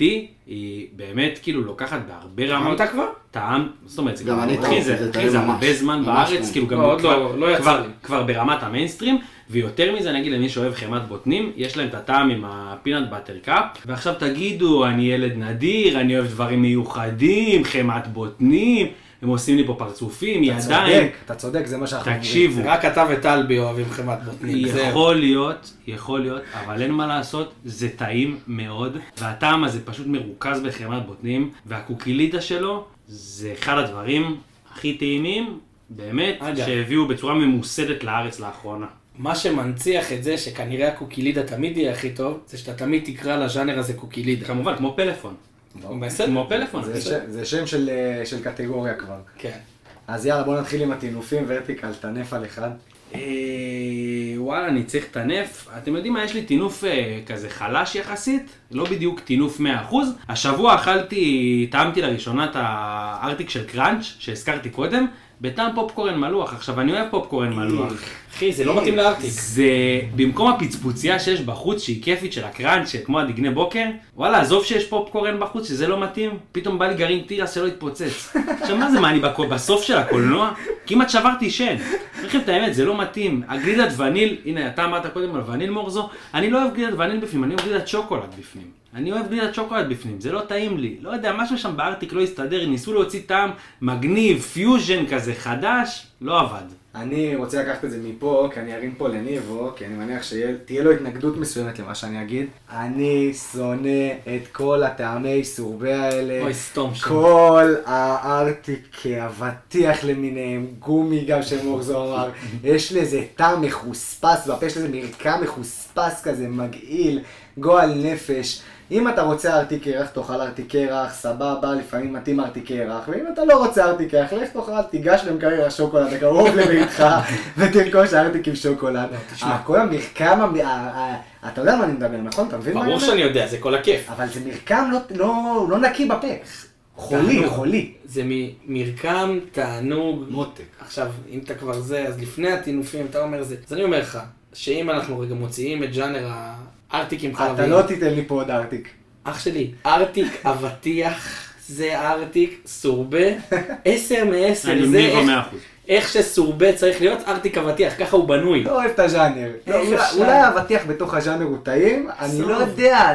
היא באמת כאילו לוקחת בהרבה רמות. טעמת כבר? טעם, זאת אומרת, זה גם אני אחי, טעמתי, זה זה אחי, טעים זה ממש, הרבה זמן ממש בארץ, טעים. כאילו גם לא, עוד כבר- לא- לא יצא כבר- לי. כבר ברמת המיינסטרים, ויותר מזה נגיד למי שאוהב חמת בוטנים, יש להם את הטעם עם הפינאט באטר קאפ, ועכשיו תגידו, אני ילד נדיר, אני אוהב דברים מיוחדים, חמת בוטנים, הם עושים לי פה פרצופים, אתה ידיים. צודק, אתה צודק, זה מה שאנחנו אומרים. תקשיבו, רק אתה וטלבי אוהבים חמת בוטנים. זהו. יכול להיות, יכול להיות, אבל אין מה לעשות, זה טעים מאוד, והטעם הזה פשוט מרוכז בחמת בוטנים, והקוקילידה שלו זה אחד הדברים הכי טעימים, באמת, אגב. שהביאו בצורה ממוסדת לארץ לאחרונה. מה שמנציח את זה שכנראה הקוקילידה תמיד יהיה הכי טוב, זה שאתה תמיד תקרא לז'אנר הזה קוקילידה. כמובן, כמו פלאפון. בסדר? כמו פלאפון. זה ש- זה שם של אה, של קטגוריה כבר. כן. אז יאללה, בוא נתחיל עם הטינופים, ורטיקל, תנף על אחד. אה, וואלה, אני צריך טנף. אתם יודעים מה? יש לי טינוף אה, כזה חלש יחסית, לא בדיוק טינוף מאה אחוז. השבוע אכלתי, טעמתי לראשונה את הארטיק של קראנץ' שהזכרתי קודם, בטעם פופקורן מלוח. עכשיו, אני אוהב פופקורן מלוח. אחי, זה לא מתאים לארטיק. זה במקום הפיצפוציה שיש בחוץ שהיא כיפית של הקראנץ' כמו הדגני בוקר, וואלה, עזוב שיש פופקורן בחוץ שזה לא מתאים, פתאום בא לי גרעין תירס שלא יתפוצץ. עכשיו מה זה, מה אני בקו- בסוף של הקולנוע? כמעט שברתי שן. אני אומר לכם את האמת, זה לא מתאים. הגלידת וניל, הנה אתה אמרת קודם על וניל מורזו, אני לא אוהב גלידת וניל בפנים, אני אוהב גלידת שוקולד בפנים. אני אוהב גלידת שוקולד בפנים, זה לא טעים לי. לא יודע, משהו שם בארטיק לא הסתדר, ניסו להוציא טעם מגניב, פיוז'ן כזה חדש, לא עבד. אני רוצה לקחת את זה מפה, כי אני ארים פה לניבו, כי אני מניח שתהיה לו התנגדות מסוימת למה שאני אגיד. אני שונא את כל הטעמי סורבי האלה. אוי, סתום שם. כל הארטיק, אבטיח למיניהם, גומי גם שמורזו אמר. יש לזה טעם מחוספס, בפה יש לזה מרקם מחוספס כזה, מגעיל, גועל נפש. אם אתה רוצה ארטיק קרח, תאכל ארטיק קרח, סבבה, לפעמים מתאים ארטיק קרח, ואם אתה לא רוצה ארטיק קרח, לך תאכל, תיגש למקרר השוקולד הקרוב לביתך, ותרכוש ארטיק עם שוקולד. כל המרקם, המ- ה- ה- אתה יודע מה אני מדבר, נכון? אתה מבין מה אני ברור אומר? שאני יודע, זה כל הכיף. אבל זה מרקם לא- לא- לא נקי בפה. חולי, תענוג. חולי. זה מרקם, תענוג. מותק. עכשיו, אם אתה כבר זה, אז לפני הטינופים, אתה אומר זה. אז אני אומר לך, שאם אנחנו רגע מוציאים את ז'אנר הארטיקים אתה חלביים, לא תיתן לי פה עוד ארטיק. אח שלי, ארטיק אבטיח, זה ארטיק סורבה, עשר מעשר, אני זה ניבו איך- מאה אחוז. איך שסורבה צריך להיות ארטיק אבטיח, ככה הוא בנוי. לא אוהב את הז'אנר. לא, איך אולי- אפשר? אולי האבטיח בתוך הז'אנר הוא טעים, אני עזוב. לא יודע, ה-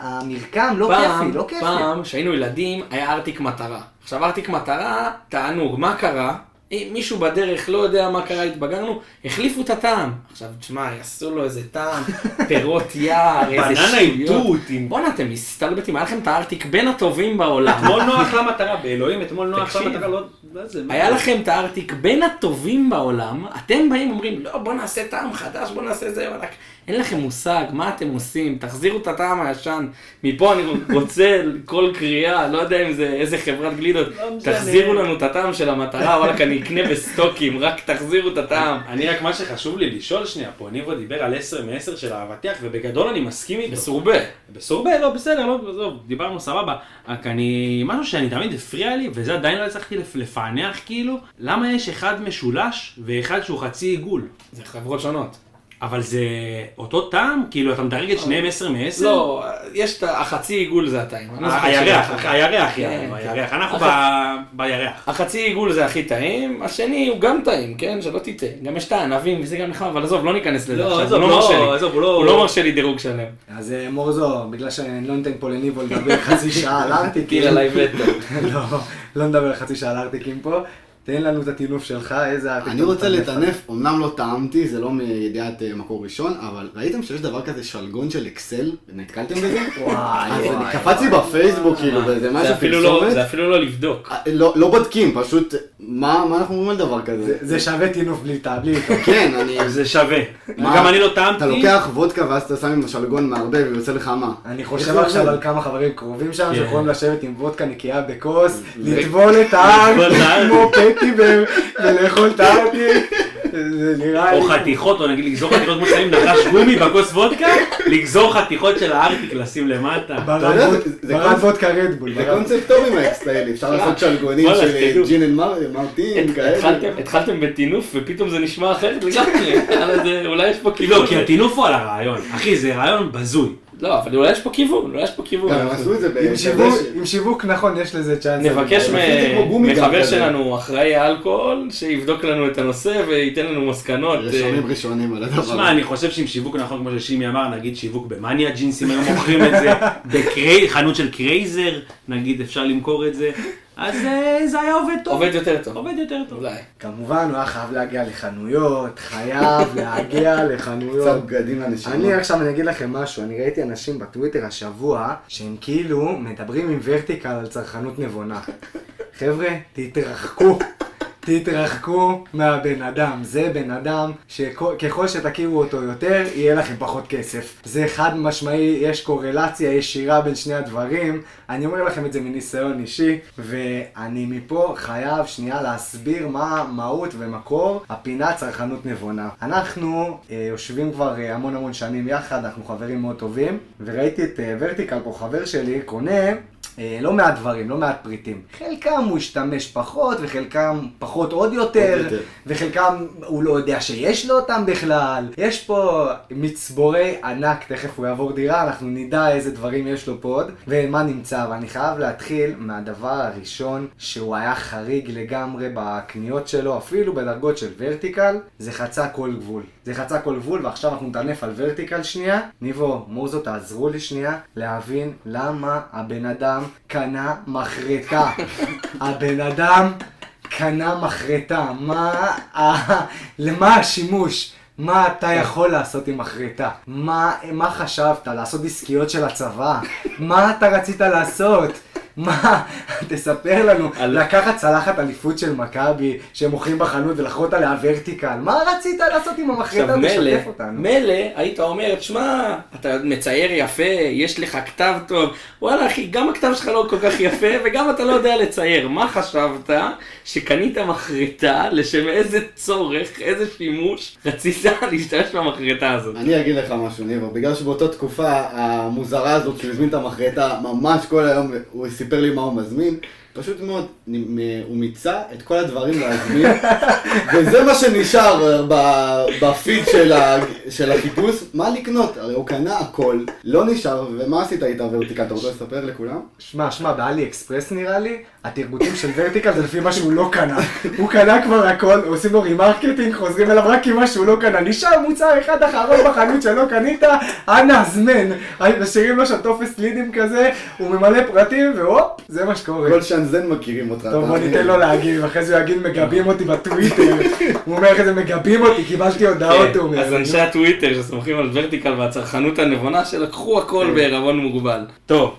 המרקם לא פעם, כיפי, לא כיפי. פעם, כשהיינו ילדים, היה ארטיק מטרה. עכשיו, ארטיק מטרה, תענוג, מה קרה? אם מישהו בדרך לא יודע מה קרה, התבגרנו, החליפו את הטעם. עכשיו, תשמע, יעשו לו איזה טעם, פירות יער, איזה בננה עם תות, עם... בואנה, אתם מסתלבטים, היה לכם את הארטיק בין הטובים בעולם. אתמול נוח למטרה, באלוהים, אתמול נוח תקשיב. למטרה, לא... מה זה? מה היה זה? לכם את הארטיק בין הטובים בעולם, אתם באים ואומרים, לא, בוא נעשה טעם חדש, בוא נעשה זה, וואלכ. אין לכם מושג, מה אתם עושים? תחזירו את הטעם הישן. מפה אני רוצה כל קריאה, לא יודע אם זה איזה חברת גלידות, לא משנה. תחזירו לנו את הטעם של המטרה, וואלכ, אני אקנה בסטוקים, רק תחזירו את הטעם. אני רק מה שחשוב לי לשאול שנייה פה, ניבו דיבר על עשר מעשר של האבטיח, ובגדול אני מסכים איתו. מסורבה. בסורבה, לא, בסדר, לא, עזוב, דיברנו סבבה. רק אני, משהו שאני תמיד הפריע לי, וזה עדיין לא הצלחתי לפ- לפענח כאילו, למה יש אחד משולש ואחד שהוא חצי עיגול? זה חברות שונות. אבל זה אותו טעם? כאילו, אתה מדרג את שניהם עשר מעשר? לא, יש את החצי עיגול זה הטעים. אני לא זוכר הירח, שזה- הירח, כן, יענו, כן. הירח, אנחנו החצ- ב- בירח. החצי עיגול זה הכי טעים, השני הוא גם טעים, כן? שלא תטעה. גם יש את הענבים וזה גם נחמד, אבל עזוב, לא ניכנס לזה לא, עכשיו, עזוב, הוא לא מרשה לא, לי. עזוב, הוא לא... הוא לא מרשה לי דירוג שלם. אז אה, מורזו, בגלל שאני לא נותן פה לניבו לדבר חצי שעה על ארטיקים, תיר עליי וטו. לא, לא נדבר חצי שעה על ארטיקים פה, תן לנו את הטינוף שלך, איזה ארטיק. אני אתה רוצה מטנף. לטנף, אמנם לא טעמתי, זה לא מידיעת אה, מקור ראשון, אבל ראיתם שיש דבר כזה שלגון של אקסל? נתקלתם בזה? וואי, אז וואי, אני קפצתי בפייסבוק, כאילו, וזה זה משהו אפילו לא- פרסומת. זה אפילו לא לבדוק. אה, לא לא בודקים, פשוט, מה מה אנחנו אומרים על דבר כזה? זה- זה שווה טינוף בלי טעם, בלי איתו. כן, אני... זה שווה. מה? גם אני לא טעמתי. אתה לוקח וודקה ואז אתה שם עם השלגון מערבב ויוצא לך מה? אני איך חושב זה עכשיו עובד? על כמה חברים קרובים שם, כן. שיכולים לשבת עם וודקה נקייה בכוס, לטבול את הארט, לטבול את הארט. כמו פטי ו- ולאכול את הארטיק, זה נראה לי... או חתיכות, או נגיד לגזור חתיכות כמו שמים נחש גומי בכוס וודקה, לגזור חתיכות של הארטיק לשים למטה. אתה ברד יודע, ווד- זה- זה ברד קונספט- וודקה רדבול. זה ברד- קונספט טוב עם האקסט האלה, אפשר לעשות שלגונים וואלה, של תדעו. ג'ין אנד מר- מרטין, כאלה. התחלתם- התחלתם בטינוף ופתאום זה נשמע אחרת לגמרי. יאללה, זה- אולי יש פה לא, כאילו... כי הטינוף הוא על הרעיון. אחי, זה רעיון בזוי. לא, אבל אולי יש פה כיוון, אולי יש פה כיוון. גם הם עשו את זה עם שיווק- עם שיווק נכון, יש לזה צ'אנס. נבקש עשיתי כמו מ- גומי גם מחבר כזה. שלנו אחראי האלכוהול, שיבדוק לנו את הנושא וייתן לנו מסקנות. רשמים ראשונים על הדבר. תשמע, אני חושב שעם שיווק נכון, כמו ששימי אמר, נגיד שיווק במאניה ג'ינסים, היום מוכרים את זה, בחנות של קרייזר, נגיד אפשר למכור את זה, אז אה, זה היה עובד טוב. עובד יותר טוב. עובד יותר טוב. אולי. כמובן, הוא היה חייב להגיע לחנויות, חייב להגיע לחנויות. קצת בגדים לאנשים. אני עכשיו אני אגיד לכם משהו, אני ראיתי אנשים בטוויטר השבוע שהם כאילו מדברים עם ורטיקל על צרכנות נבונה. חבר'ה, תתרחקו, תתרחקו מהבן אדם. זה בן אדם שככל שתכירו אותו יותר, יהיה לכם פחות כסף. זה חד משמעי, יש קורלציה ישירה בין שני הדברים. אני אומר לכם את זה מניסיון אישי, ואני מפה חייב שנייה להסביר מה מהות ומקור הפינה צרכנות נבונה. אנחנו אה, יושבים כבר אה, המון המון שנים יחד, אנחנו חברים מאוד טובים, וראיתי את אה, ורטיקל פה, חבר שלי, קונה אה, לא מעט דברים, לא מעט פריטים. חלקם הוא השתמש פחות, וחלקם פחות עוד יותר, עוד יותר. וחלקם הוא לא יודע שיש לו אותם בכלל. יש פה מצבורי ענק, תכף הוא יעבור דירה, אנחנו נדע איזה דברים יש לו פה עוד, ומה נמצא. ואני חייב להתחיל מהדבר הראשון, שהוא היה חריג לגמרי בקניות שלו, אפילו בדרגות של ורטיקל, זה חצה כל גבול. זה חצה כל גבול, ועכשיו אנחנו נטנף על ורטיקל שנייה. ניבו, מורזו, תעזרו לי שנייה להבין למה הבן אדם קנה מחרטה. הבן אדם קנה מחרטה. מה, ה- למה השימוש? מה אתה יכול לעשות עם מחרטה? מה, מה חשבת? לעשות דיסקיות של הצבא? מה אתה רצית לעשות? מה? תספר לנו. על- לקחת צלחת אליפות של מכבי שהם מוכרים בחנות ולחרות עליה ורטיקל. מה רצית לעשות עם המחרטה? עכשיו מלא, תשתף אותנו. מלא, היית אומר, תשמע, אתה מצייר יפה, יש לך כתב טוב, וואלה אחי, גם הכתב שלך לא כל כך יפה, וגם אתה לא יודע לצייר. מה חשבת שקנית מחרטה, לשם איזה צורך, איזה שימוש, רצית להשתמש במחרטה הזאת? אני אגיד לך משהו, ניבו, בגלל שבאותה תקופה המוזרה הזאת שהוא הזמין את המחרטה ממש כל היום, הוא סיפר לי מה הוא מזמין, פשוט מאוד, נ- הוא מיצה את כל הדברים להזמין, וזה מה שנשאר ב- בפיד של, ה- של החיפוש, מה לקנות, הרי הוא קנה הכל, לא נשאר, ומה עשית איתה ורטיקל, אתה רוצה לספר לכולם? שמע, שמע, באלי אקספרס נראה לי, התרגותים של ורטיקל זה לפי מה שהוא לא קנה. הוא קנה כבר הכל, עושים לו רימרקטינג, חוזרים אליו רק כי מה שהוא לא קנה. נשאר מוצר אחד אחרון בחנות שלא קנית, אנא הזמן. משאירים לו שם טופס לידים כזה, הוא ממלא פרטים, והופ, זה מה שקורה. כל שנזן מכירים אותך. טוב, אתה בוא מבין? ניתן לו להגיב, אחרי זה הוא יגיד מגבים אותי בטוויטר. הוא אומר אחרי זה מגבים אותי, קיבלתי הודעות, הוא אומר. אז אנשי הטוויטר שסומכים על ורטיקל והצרכנות הנבונה שלקחו הכל בערבון מוגבל. טוב,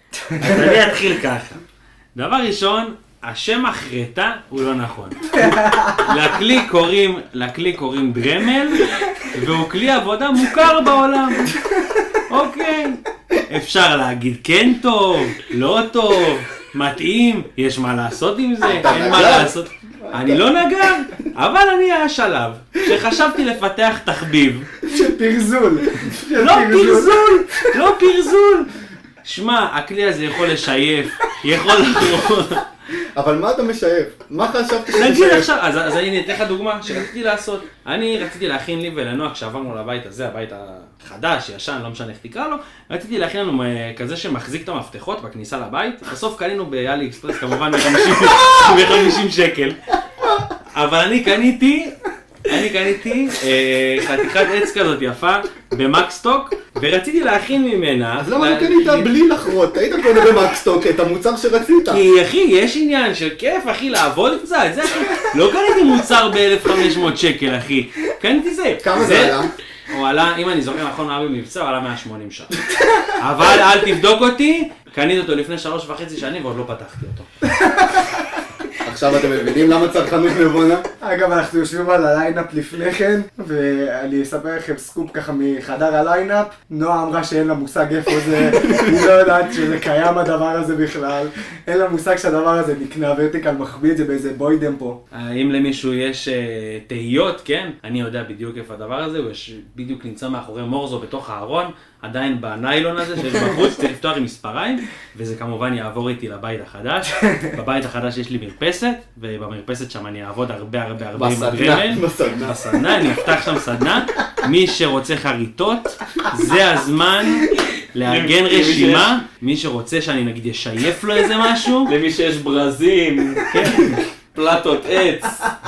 אז אני אתחיל ככה. דבר ראשון, השם מחרטה הוא לא נכון. לכלי קוראים, לכלי קוראים דרמל, והוא כלי עבודה מוכר בעולם. אוקיי. אפשר להגיד כן טוב, לא טוב, מתאים, יש מה לעשות עם זה, אין מה לעשות. אני לא נגר, אבל אני היה שלב שחשבתי לפתח תחביב. של פרזול. של לא פרזול, לא פרזול. שמע, הכלי הזה יכול לשייף, יכול לחרור. אבל מה אתה משייף? מה חשבת נגיד שתשייף? עכשיו, אז, אז אני אתן לך דוגמה שרציתי לעשות. אני רציתי להכין לי ולנוע כשעברנו לבית הזה, הבית החדש, ישן, לא משנה איך תקרא לו, רציתי להכין לנו אה, כזה שמחזיק את המפתחות בכניסה לבית. בסוף קנינו באלי אקספרס כמובן ב-חמישים שקל. אבל אני קניתי, אני קניתי אה, חתיכת עץ כזאת יפה במקסטוק, ורציתי להכין ממנה. אז למה לא קנית בלי לחרות? היית קונה במקסטוק את המוצר שרצית. כי אחי, יש עניין של כיף אחי לעבוד קצת, זה אחי, לא קניתי מוצר ב-אלף וחמש מאות שקל אחי, קניתי זה. כמה זה עלה? הוא עלה, אם אני זוכר נכון, הוא היה במבצע, הוא עלה מאה ושמונים ש"ח. אבל אל תבדוק אותי, קניתי אותו לפני שלוש וחצי שנים ועוד לא פתחתי אותו. עכשיו אתם מבינים למה צרכנות נבונה? אגב, אנחנו יושבים על הליינאפ לפני כן, ואני אספר לכם סקופ ככה מחדר הליינאפ. נועה אמרה שאין לה מושג איפה זה, היא לא יודעת שזה קיים הדבר הזה בכלל. אין לה מושג שהדבר הזה נקנה, ורטיקל מחביא את זה באיזה בוידם פה. אם למישהו יש אה, תהיות, כן, אני יודע בדיוק איפה הדבר הזה, הוא יש, בדיוק נמצא מאחורי מורזו בתוך הארון, עדיין בניילון הזה שיש בחוץ, צריך לפתוח עם מספריים, וזה כמובן יעבור איתי לבית החדש. בבית החדש יש לי מרפסת, ובמרפסת שם אני אעבוד הרבה הרבה הרבה עם בסדנה, הדרמל. בסדנה. בסדנה, אני אפתח שם סדנה. מי שרוצה חריטות, זה הזמן לארגן רשימה, מי שרוצה שאני נגיד ישייף לו איזה משהו. למי שיש ברזים, פלטות עץ.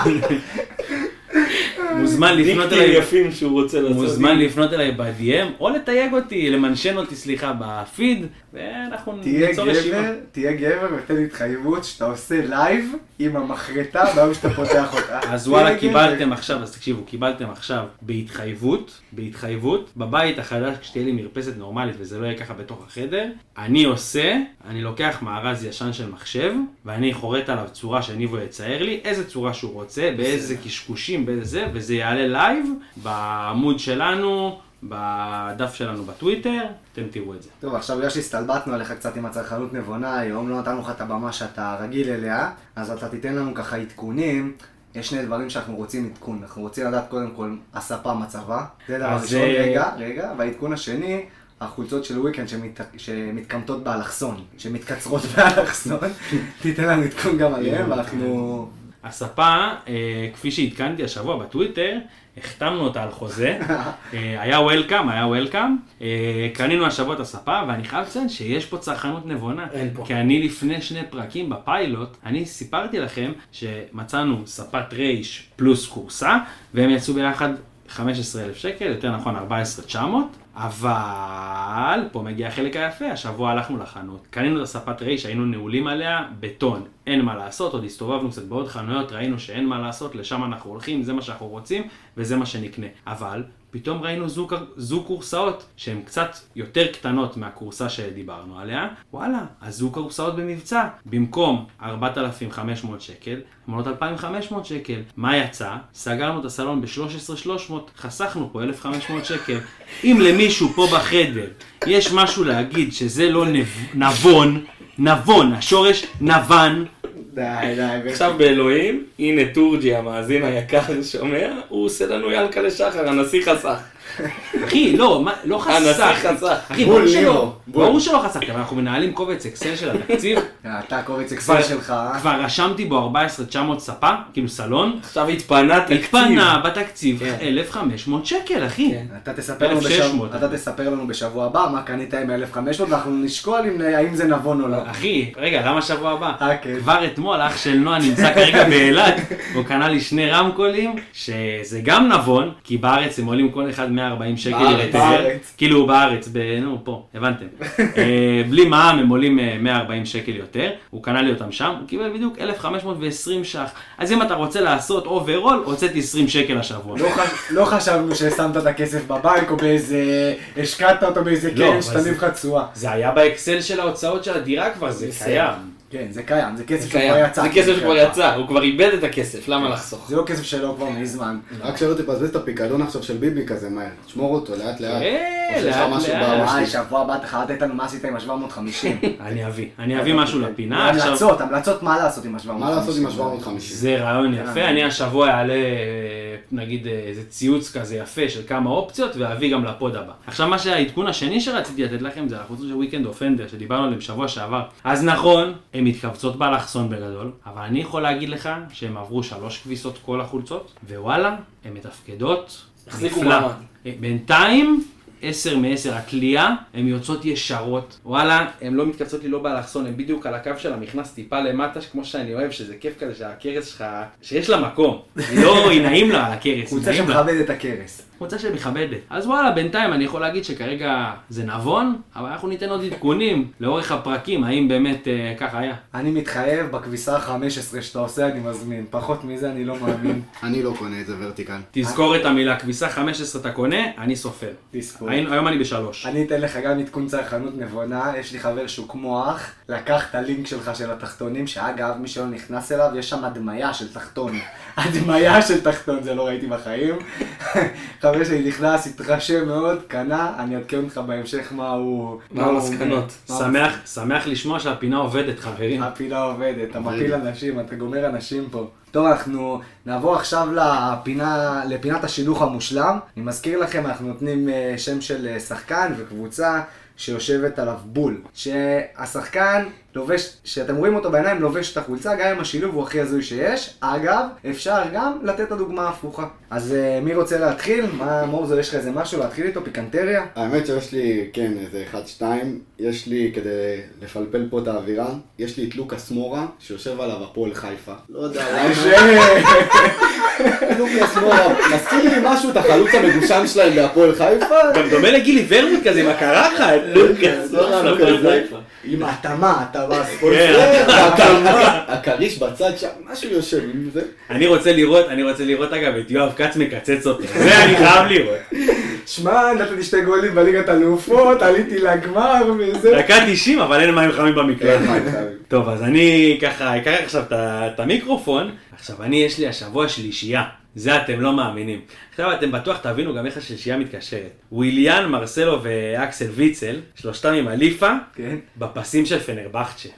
מוזמן לפנות דיקטים אליי, יפים שהוא רוצה לעשות. מוזמן לפנות אליי ב-די אם, או לתייג אותי, למנשן אותי, סליחה, בפיד, ואנחנו ניצור רשימה. תהיה גבר ותן התחייבות שאתה עושה לייב עם המחרטה ביום שאתה פותח אותה. אז וואלה, קיבלתם עכשיו, אז תקשיבו, קיבלתם עכשיו בהתחייבות, בהתחייבות, בבית החדש כשתהיה לי מרפסת נורמלית וזה לא יהיה ככה בתוך החדר, אני עושה, אני לוקח מארז ישן של מחשב, ואני חורט עליו צורה שניבו יצייר לי, איזה צורה שהוא רוצה, באיזה קשקושים, באיזה זה, וזה יעלה לייב בעמוד שלנו, בדף שלנו בטוויטר, אתם תראו את זה. טוב, עכשיו בגלל שהסתלבטנו עליך קצת עם הצרכנות נבונה, היום לא נתנו לך את הבמה שאתה רגיל אליה, אז אתה תיתן לנו ככה עתקונים. יש שני דברים שאנחנו רוצים עדכון, אנחנו רוצים לדעת קודם כל הספה מצבה, זה דבר ראשון, רגע, רגע, והעדכון השני, החולצות של וויקנד שמת... שמתקמטות באלכסון, שמתקצרות באלכסון, תיתן לנו עדכון גם עליהם, ואנחנו... הספה, כפי שהתקנתי השבוע בטוויטר, החתמנו אותה על חוזה, היה וולקאם, היה וולקאם, קנינו השבוע את הספה, ואני חייב לציין שיש פה צרכנות נבונה, כי אני לפני שני פרקים בפיילוט, אני סיפרתי לכם שמצאנו ספת רייש פלוס קורסה, והם יצאו ביחד חמישה עשר אלף שקל, יותר נכון ארבע עשרה אלף תשע מאות, אבל פה מגיע החלק היפה, השבוע הלכנו לחנות, קנינו את הספת רייש, היינו נעולים עליה, בטון, אין מה לעשות, עוד הסתובבנו קצת בעוד חנויות, ראינו שאין מה לעשות, לשם אנחנו הולכים, זה מה שאנחנו רוצים, וזה מה שנקנה. אבל פתאום ראינו זו, זו קורסאות, שהן קצת יותר קטנות מהקורסה שדיברנו עליה, וואלה, אז זו קורסאות במבצע, במקום ארבעת אלפים וחמש מאות שקל, הם עולות אלפיים וחמש מאות שקל. מה יצא? סגרנו את הסלון ב-שלוש עשרה אלף ושלוש מאות, חסכנו פה אלף וחמש מאות שקל. אם למישהו פה בחדר יש משהו להגיד שזה לא נב... נבון, נבון, השורש נבן. די, די. עכשיו באלוהים, הנה טורג'י המאזין היקר שומע, הוא עושה לנו ילכה לשחר, הנשיא חסך. אחי, לא, מה, לא חסך. הנשיא חסך. אחי, ברור שלא, ברור שלא חסכתם, אנחנו מנהלים קובץ אקסל של התקציב. אתה קובץ אקסל שלך. כבר רשמתי בו ארבע עשרה אלף תשע מאות ספה, כאילו סלון. עכשיו התפנה תקציב. התפנה בתקציב אלף וחמש מאות שקל, אחי. אתה תספר לנו בשבוע הבא מה קנית עם אלף וחמש מאות, ואנחנו נשקול האם זה נבון או לא. אחי, רגע, למה שבוע הבא? כבר אתמול, אח של נועה נמצא כרגע באילת, הוא קנה לי שני רמקולים, שזה גם נבון, כי בארץ הם עולים כל אחד מאה וארבעים שקל לתדר, כאילו בארץ, נו פה, הבנתם. בלי מע"מ הם עולים מאה וארבעים שקל יותר, הוא קנה לי אותם שם, הוא קיבל בדיוק אלף וחמש מאות ועשרים ש"ח. אז אם אתה רוצה לעשות אוברול, הוצאתי עשרים שקל השבוע. לא חשבנו ששמת את הכסף בבנק או באיזה, השקעת אותו באיזה קרן שתניב לך תשואה. זה היה באקסל של ההוצאות של הדירה כבר, זה קיים. כן, זה קיים, זה כסף שכבר יצא. זה כסף שכבר יצא, הוא כבר איבד את הכסף, למה לחסוך? זה לא כסף שלו כבר מזמן. רק שלא תפזבז את הפיקדון עכשיו של ביבי כזה מהר, תשמור אותו לאט לאט. אה, לאט לאט. וואי, שבוע הבא תחרט איתנו מה עשית עם ה-שבע מאות וחמישים. אני אביא, אני אביא משהו לפינה. המלצות, המלצות מה לעשות עם ה-שבע מאות וחמישים. מה לעשות עם ה-שבע מאות וחמישים. זה רעיון יפה, אני השבוע אעלה נגיד איזה ציוץ כזה יפה של כמה אופציות ואביא גם לפוד הבא. עכשיו מה שהעדכון השני שרציתי לתת לכם זה החולצות של וויקנד אופנדר שדיברנו עליהם שבוע שעבר. אז נכון, הן מתכווצות באלכסון בגדול, אבל אני יכול להגיד לך שהם עברו שלוש כביסות כל החולצות, ווואלה, הן מתפקדות נפלא. בינתיים, עשר מעשר התלייה, הן יוצאות ישרות. וואלה, הן לא מתכווצות לי לא באלכסון, הן בדיוק על הקו של המכנס טיפה למטה, כמו שאני אוהב, שזה כיף כזה שהקרס שלך, שיש לה מקום. לא, היא נעים לה על הקרס. חולצה שמכבדת את הקרס. חולצה שמכבדת. אז וואלה, בינתיים אני יכול להגיד שכרגע זה נבון, אבל אנחנו ניתן עוד עדכונים לאורך הפרקים, האם באמת אה, ככה היה. אני מתחייב בכביסה ה-חמש עשרה שאתה עושה, אני מזמין. פחות מזה אני לא מאמין. אני לא קונה את זה ורטיקל. תזכור את המילה, כביסה חמש עשרה אתה קונה, אני סופר. תזכור. היום אני בשלוש. אני אתן לך גם עדכון צרכנות נבונה, יש לי חבר שהוא כמו אח, לקח את הלינק שלך של התחתונים, שאגב, מי שלא נכנס אליו, יש שם הדמיה של תחתון. הדמיה של תחתון, זה לא ראיתי בחיים. חבר שלי נכנס, התרשם מאוד, קנה, אני אדכן אותך בהמשך מה הוא... מה המסקנות. שמח לשמוע שהפינה עובדת, חברים. הפינה עובדת, אתה מפיל אנשים, אתה גומר אנשים פה. טוב, אנחנו נעבור עכשיו לפינה, לפינת השילוך המושלם. אני מזכיר לכם, אנחנו נותנים שם של שחקן וקבוצה, שיושבת עליו בול. שהשחקן לובש, שאתם רואים אותו בעיניים, לובש את החולצה, גם אם השילוב הוא הכי הזוי שיש. אגב, אפשר גם לתת את הדוגמה ההפוכה. אז uh, מי רוצה להתחיל? מה, מורזו, יש לך איזה משהו להתחיל איתו? פיקנטריה? האמת שיש לי, כן, איזה אחד, שתיים. יש לי, כדי לפלפל פה את האווירה, יש לי את לוקאס מורה, שיושב עליו הפועל חיפה. לא יודע, לוקאס מורה, מזכיר לי משהו, את החלוץ המגושם שלהם בהפועל חיפה? גם דומה לגילי ורמוט כזה עם הקרחת, לוקאס מורה בהפועל חיפה. עם ההתאמה, ההתאמה הקריש בצד שם, משהו יושב עם זה. אני רוצה לראות, אני רוצה לראות אגב את יואב כץ מקצץ אותי, זה אני חייב לראות. שמע, נתתי שתי גולים בליגת אלופות, עליתי לגמר וזה. דקה תשעים, אבל אין מים חמים במקרה. טוב, אז אני ככה אקח עכשיו את המיקרופון. עכשיו, אני יש לי השבוע שלישייה. זה אתם לא מאמינים. עכשיו אתם בטוח תבינו גם איך השלישייה מתקשרת. וויליאן, מרסלו ואקסל ויצל, שלושתם עם אליפה, בפסים של פנרבחצ'ה.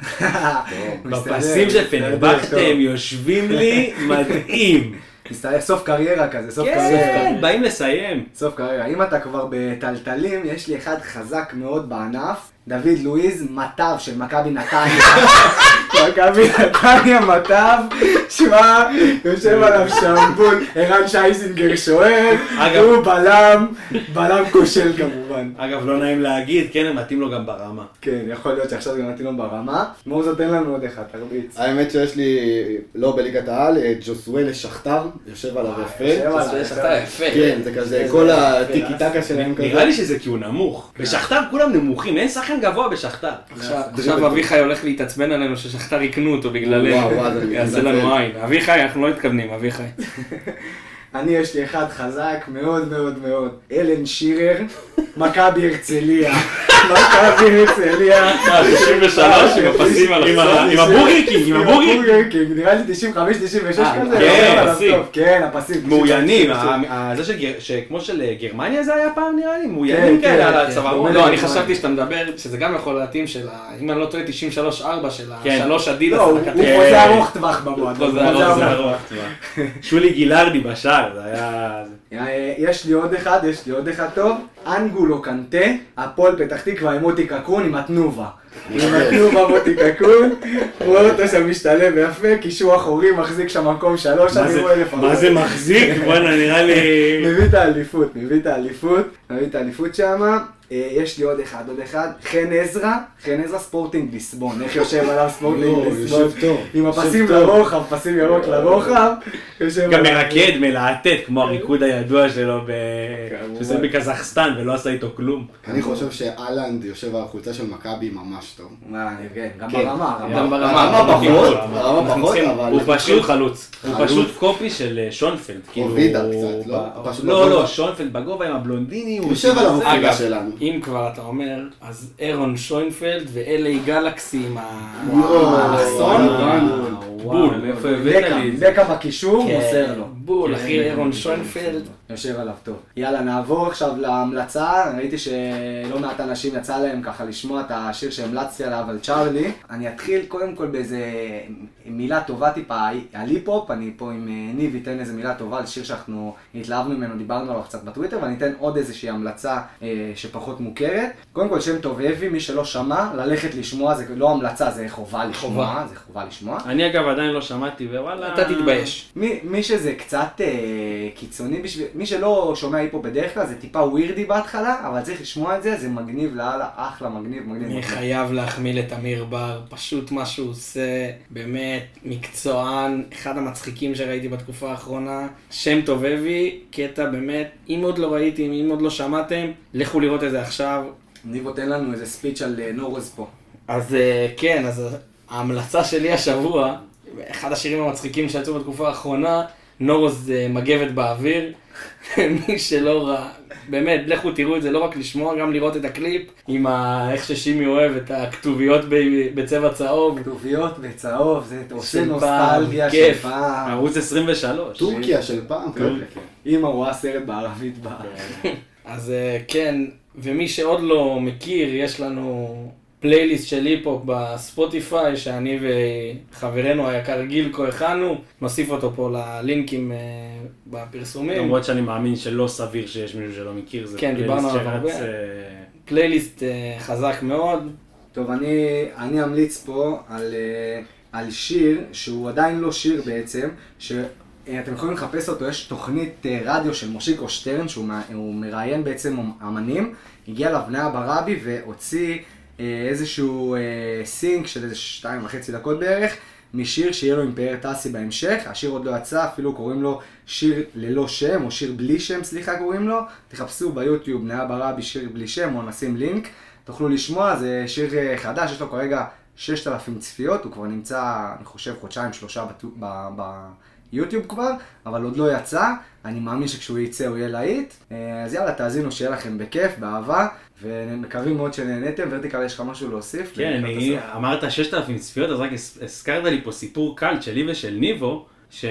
בפסים של פנרבחצ'ה הם יושבים לי מדהים. מסתכל, סוף קריירה כזה, סוף קריירה. כן, באים לסיים. סוף קריירה. אם אתה כבר בטלטלים, יש לי אחד חזק מאוד בענף, דוד לואיז, מטב של מכבי נתניה. מכבי נתניה מטב, שמע, יושב עליו שמבול, ערן שייזינגר שואל, הוא בלם, בלם כושל כמובן. אגב, לא נעים להגיד, כן, מתאים לו גם ברמה. כן, יכול להיות שעכשיו גם מתאים לו ברמה. מורזו, תן לנו עוד אחד, תרביץ. האמת שיש לי, לא בליגת העל, ג'וסואל לשכתר, יושב עליו יפה. ג'וסואל לשכתר יפה. כן, זה כזה, כל הטיקי טקה שלהם כזה. נראה לי שזה כי הוא נמוך. בשכתר כולם נמוכים, אין שחקן גבוה בשכתר. עכשיו אביחי הולך להתעצבן עלינו ששכתר יקנו אותו בגללנו. יעשה לנו עין. אביחי, אנחנו לא מתכוונים, אביחי. אני יש לי אחד חזק מאוד מאוד מאוד. אלן שירר, מכבי הרצליה. מכבי הרצליה. תשעים ושלוש עם הפסים על הסוף. עם הבורגרקינג, עם הבורגרקינג. נראה לי תשעים וחמש תשעים ושש כזה. כן, הפסים. כן, הפסים. מאוינים. זה שכמו של גרמניה זה היה פעם נראה לי, מאוינים כאלה על הצווארון. לא, אני חשבתי שאתה מדבר, שזה גם יכול להתאים של, אם אני לא טועה, תשעים ושלוש ארבע של השלוש אדידס. לא, הוא חוזה ארוך טווח במועדון. שולי גילארדי בשער, זה היה... יש לי עוד אחד, יש לי עוד אחד טוב. אנגולו קנטה, הפועל פתח תקווה עם מוטי קקון עם התנובה. עם התנובה מוטי קקון, רואה אותו שם משתלב יפה, קישור אחורי מחזיק שם מקום שלוש, אני רואה לפחות. מה זה מחזיק? בוא'נה, נראה לי... מביא את האליפות, מביא את האליפות, מביא את האליפות שמה. יש לי עוד אחד, עוד אחד, חן עזרא, חן עזרא ספורטינג ליסבון, איך יושב עליו ספורטינג ליסבון, עם הפסים לרוחב, פסים ירוק לרוחב, גם מרקד, מלהטט, כמו הריקוד הידוע שלו שזה בקזחסטן ולא עשה איתו כלום. אני חושב שאלנד יושב על החולצה של מכבי ממש טוב. מה, כן, גם ברמה, גם ברמה פחות, ברמה פחות, אבל... הוא פשוט חלוץ, הוא פשוט קופי של שונפלד, או וידר קצת, לא? לא, לא, שונפלד בגובה עם הבלונדיני, הוא יושב על המפלגה שלנו. אם כבר אתה אומר, אז אירון שוינפלד ו-אל איי גלקסי עם האלכסון. בול, מאיפה הבאת לי את זה? דקה בקישור, מוסר לו. בול, אחי אירון שוינפלד. יושב עליו טוב. יאללה, נעבור עכשיו להמלצה. ראיתי שלא מעט אנשים יצא להם ככה לשמוע את השיר שהמלצתי עליו על צ'ארלי. אני אתחיל קודם כל באיזה מילה טובה טיפה על היפ-הופ. אני פה עם ניב אתן איזה מילה טובה על שיר שאנחנו התלהבנו ממנו, דיברנו עליו קצת בטוויטר, ואני אתן עוד איזושהי המלצה שפחות מוכרת. קודם כל שם טוב אבי, מי שלא שמע, ללכת לשמוע, זה לא המלצה, זה חובה לשמוע, זה חובה לשמוע. אני אגב עדיין לא שמעתי ווואלה... אתה תתבייש. מי, מי שזה קצת אה, קיצוני בשביל... מי שלא שומע היפו בדרך כלל, זה טיפה ווירדי בהתחלה, אבל צריך לשמוע את זה, זה מגניב לאללה, אחלה, מגניב, מגניב. אני חייב להחמיא לתמיר בר, פשוט מה שהוא עושה, באמת מקצוען, אחד המצחיקים שראיתי בתקופה האחרונה, שם טוב אבי, קטע באמת, אם עוד לא ראיתם, אם עוד לא שמעתם, לכו לראות את זה עכשיו. ניבו, תן לנו איזה ספיץ' על נורוז פה. אז כן, אז ההמלצה שלי השבוע, אחד השירים המצחיקים שיצאו בתקופה האחרונה, נורוז מגבת באוויר, מי שלא ראה, באמת, לכו תראו את זה, לא רק לשמוע, גם לראות את הקליפ, עם איך ששימי אוהב את הכתוביות בצבע צהוב. כתוביות בצהוב, זה עושה נוסטלגיה של פעם. ערוץ עשרים ושלוש. טורקיה של פעם. אמא רואה סרט בערבית בה. אז כן, ומי שעוד לא מכיר, יש לנו פלייליסט של היפ-הופ בספוטיפיי, שאני וחברנו היקר גילקו הכנו, נוסיף אותו פה ללינקים בפרסומים. למרות שאני מאמין שלא סביר שיש מישהו שלא מכיר, זה כן, דיברנו עליו הרבה. פלייליסט אה, חזק מאוד. טוב, אני, אני אמליץ פה על, אה, על שיר שהוא עדיין לא שיר בעצם, שאתם יכולים לחפש אותו, יש תוכנית אה, רדיו של מושיקו שטרן, שהוא הוא מראיין בעצם אמנים, הגיע לבניה ברבי והוציא אה, איזשהו אה, סינק של איזה שתיים וחצי דקות בערך, משיר שיהיה לו עם פאר טסי בהמשך, השיר עוד לא יצא, אפילו קוראים לו שיר ללא שם, או שיר בלי שם, סליחה קוראים לו, תחפשו ביוטיוב בניה ברבי שיר בלי שם, או נשים לינק, תוכלו לשמוע, זה שיר חדש, יש לו כרגע ששת אלפים צפיות, הוא כבר נמצא, אני חושב, חודשיים, שלושה ביוטיוב כבר, אבל עוד לא יצא, אני מאמין שכשהוא יצא הוא יהיה להיט, אז יאללה, תאזינו, שיהיה לכם בכיף, באהבה, ומקווים מאוד שנהנתם. ורטיקל, יש לך משהו להוסיף? כן, אני אמרת ששת אלפים צפיות, אז רק הזכרת לי פה סיפור קל שלי ושל ניבו,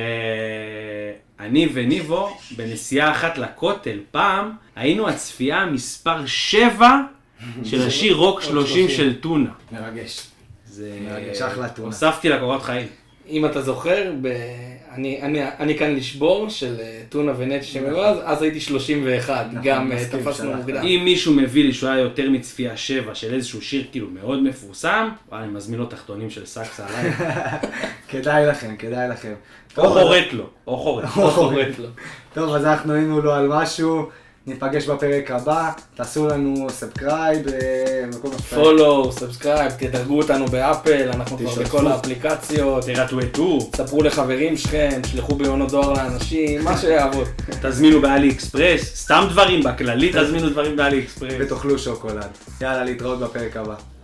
שאני וניבו בנסיעה אחת לכותל, פעם היינו הצפייה מספר שבע של השיר רוק שלושים של טונה. מרגש. זה מרגש, אחלה טונה. הוספתי לקורות חיים. אם אתה זוכר, ב... אני, אני, אני כאן לשבור של טונה ונט שמבאז, אז הייתי שלושים ואחת, גם תפסנו מוקדם. אם מישהו מביא לי שהוא היה יותר מצפייה שבע של איזשהו שיר כאילו מאוד מפורסם, אני מזמין לו תחתונים של סקסה עליי. כדאי לכם, כדאי לכם. או חורט לו, או חורט. או חורט לו. טוב, אז אנחנו היינו לו על משהו. ניפגש בפרק הבא, תעשו לנו סאבסקרייב, פולו, סאבסקרייב, תדרגו אותנו באפל, אנחנו כבר בכל האפליקציות, תרטווטו, ספרו לחברים שלכם, שלחו ביונות דואר לאנשים, מה שיעבוד. תזמינו באלי אקספרס, סתם דברים בכללי, תזמינו דברים באלי אקספרס. ותאכלו שוקולד. יאללה, להתראות בפרק הבא.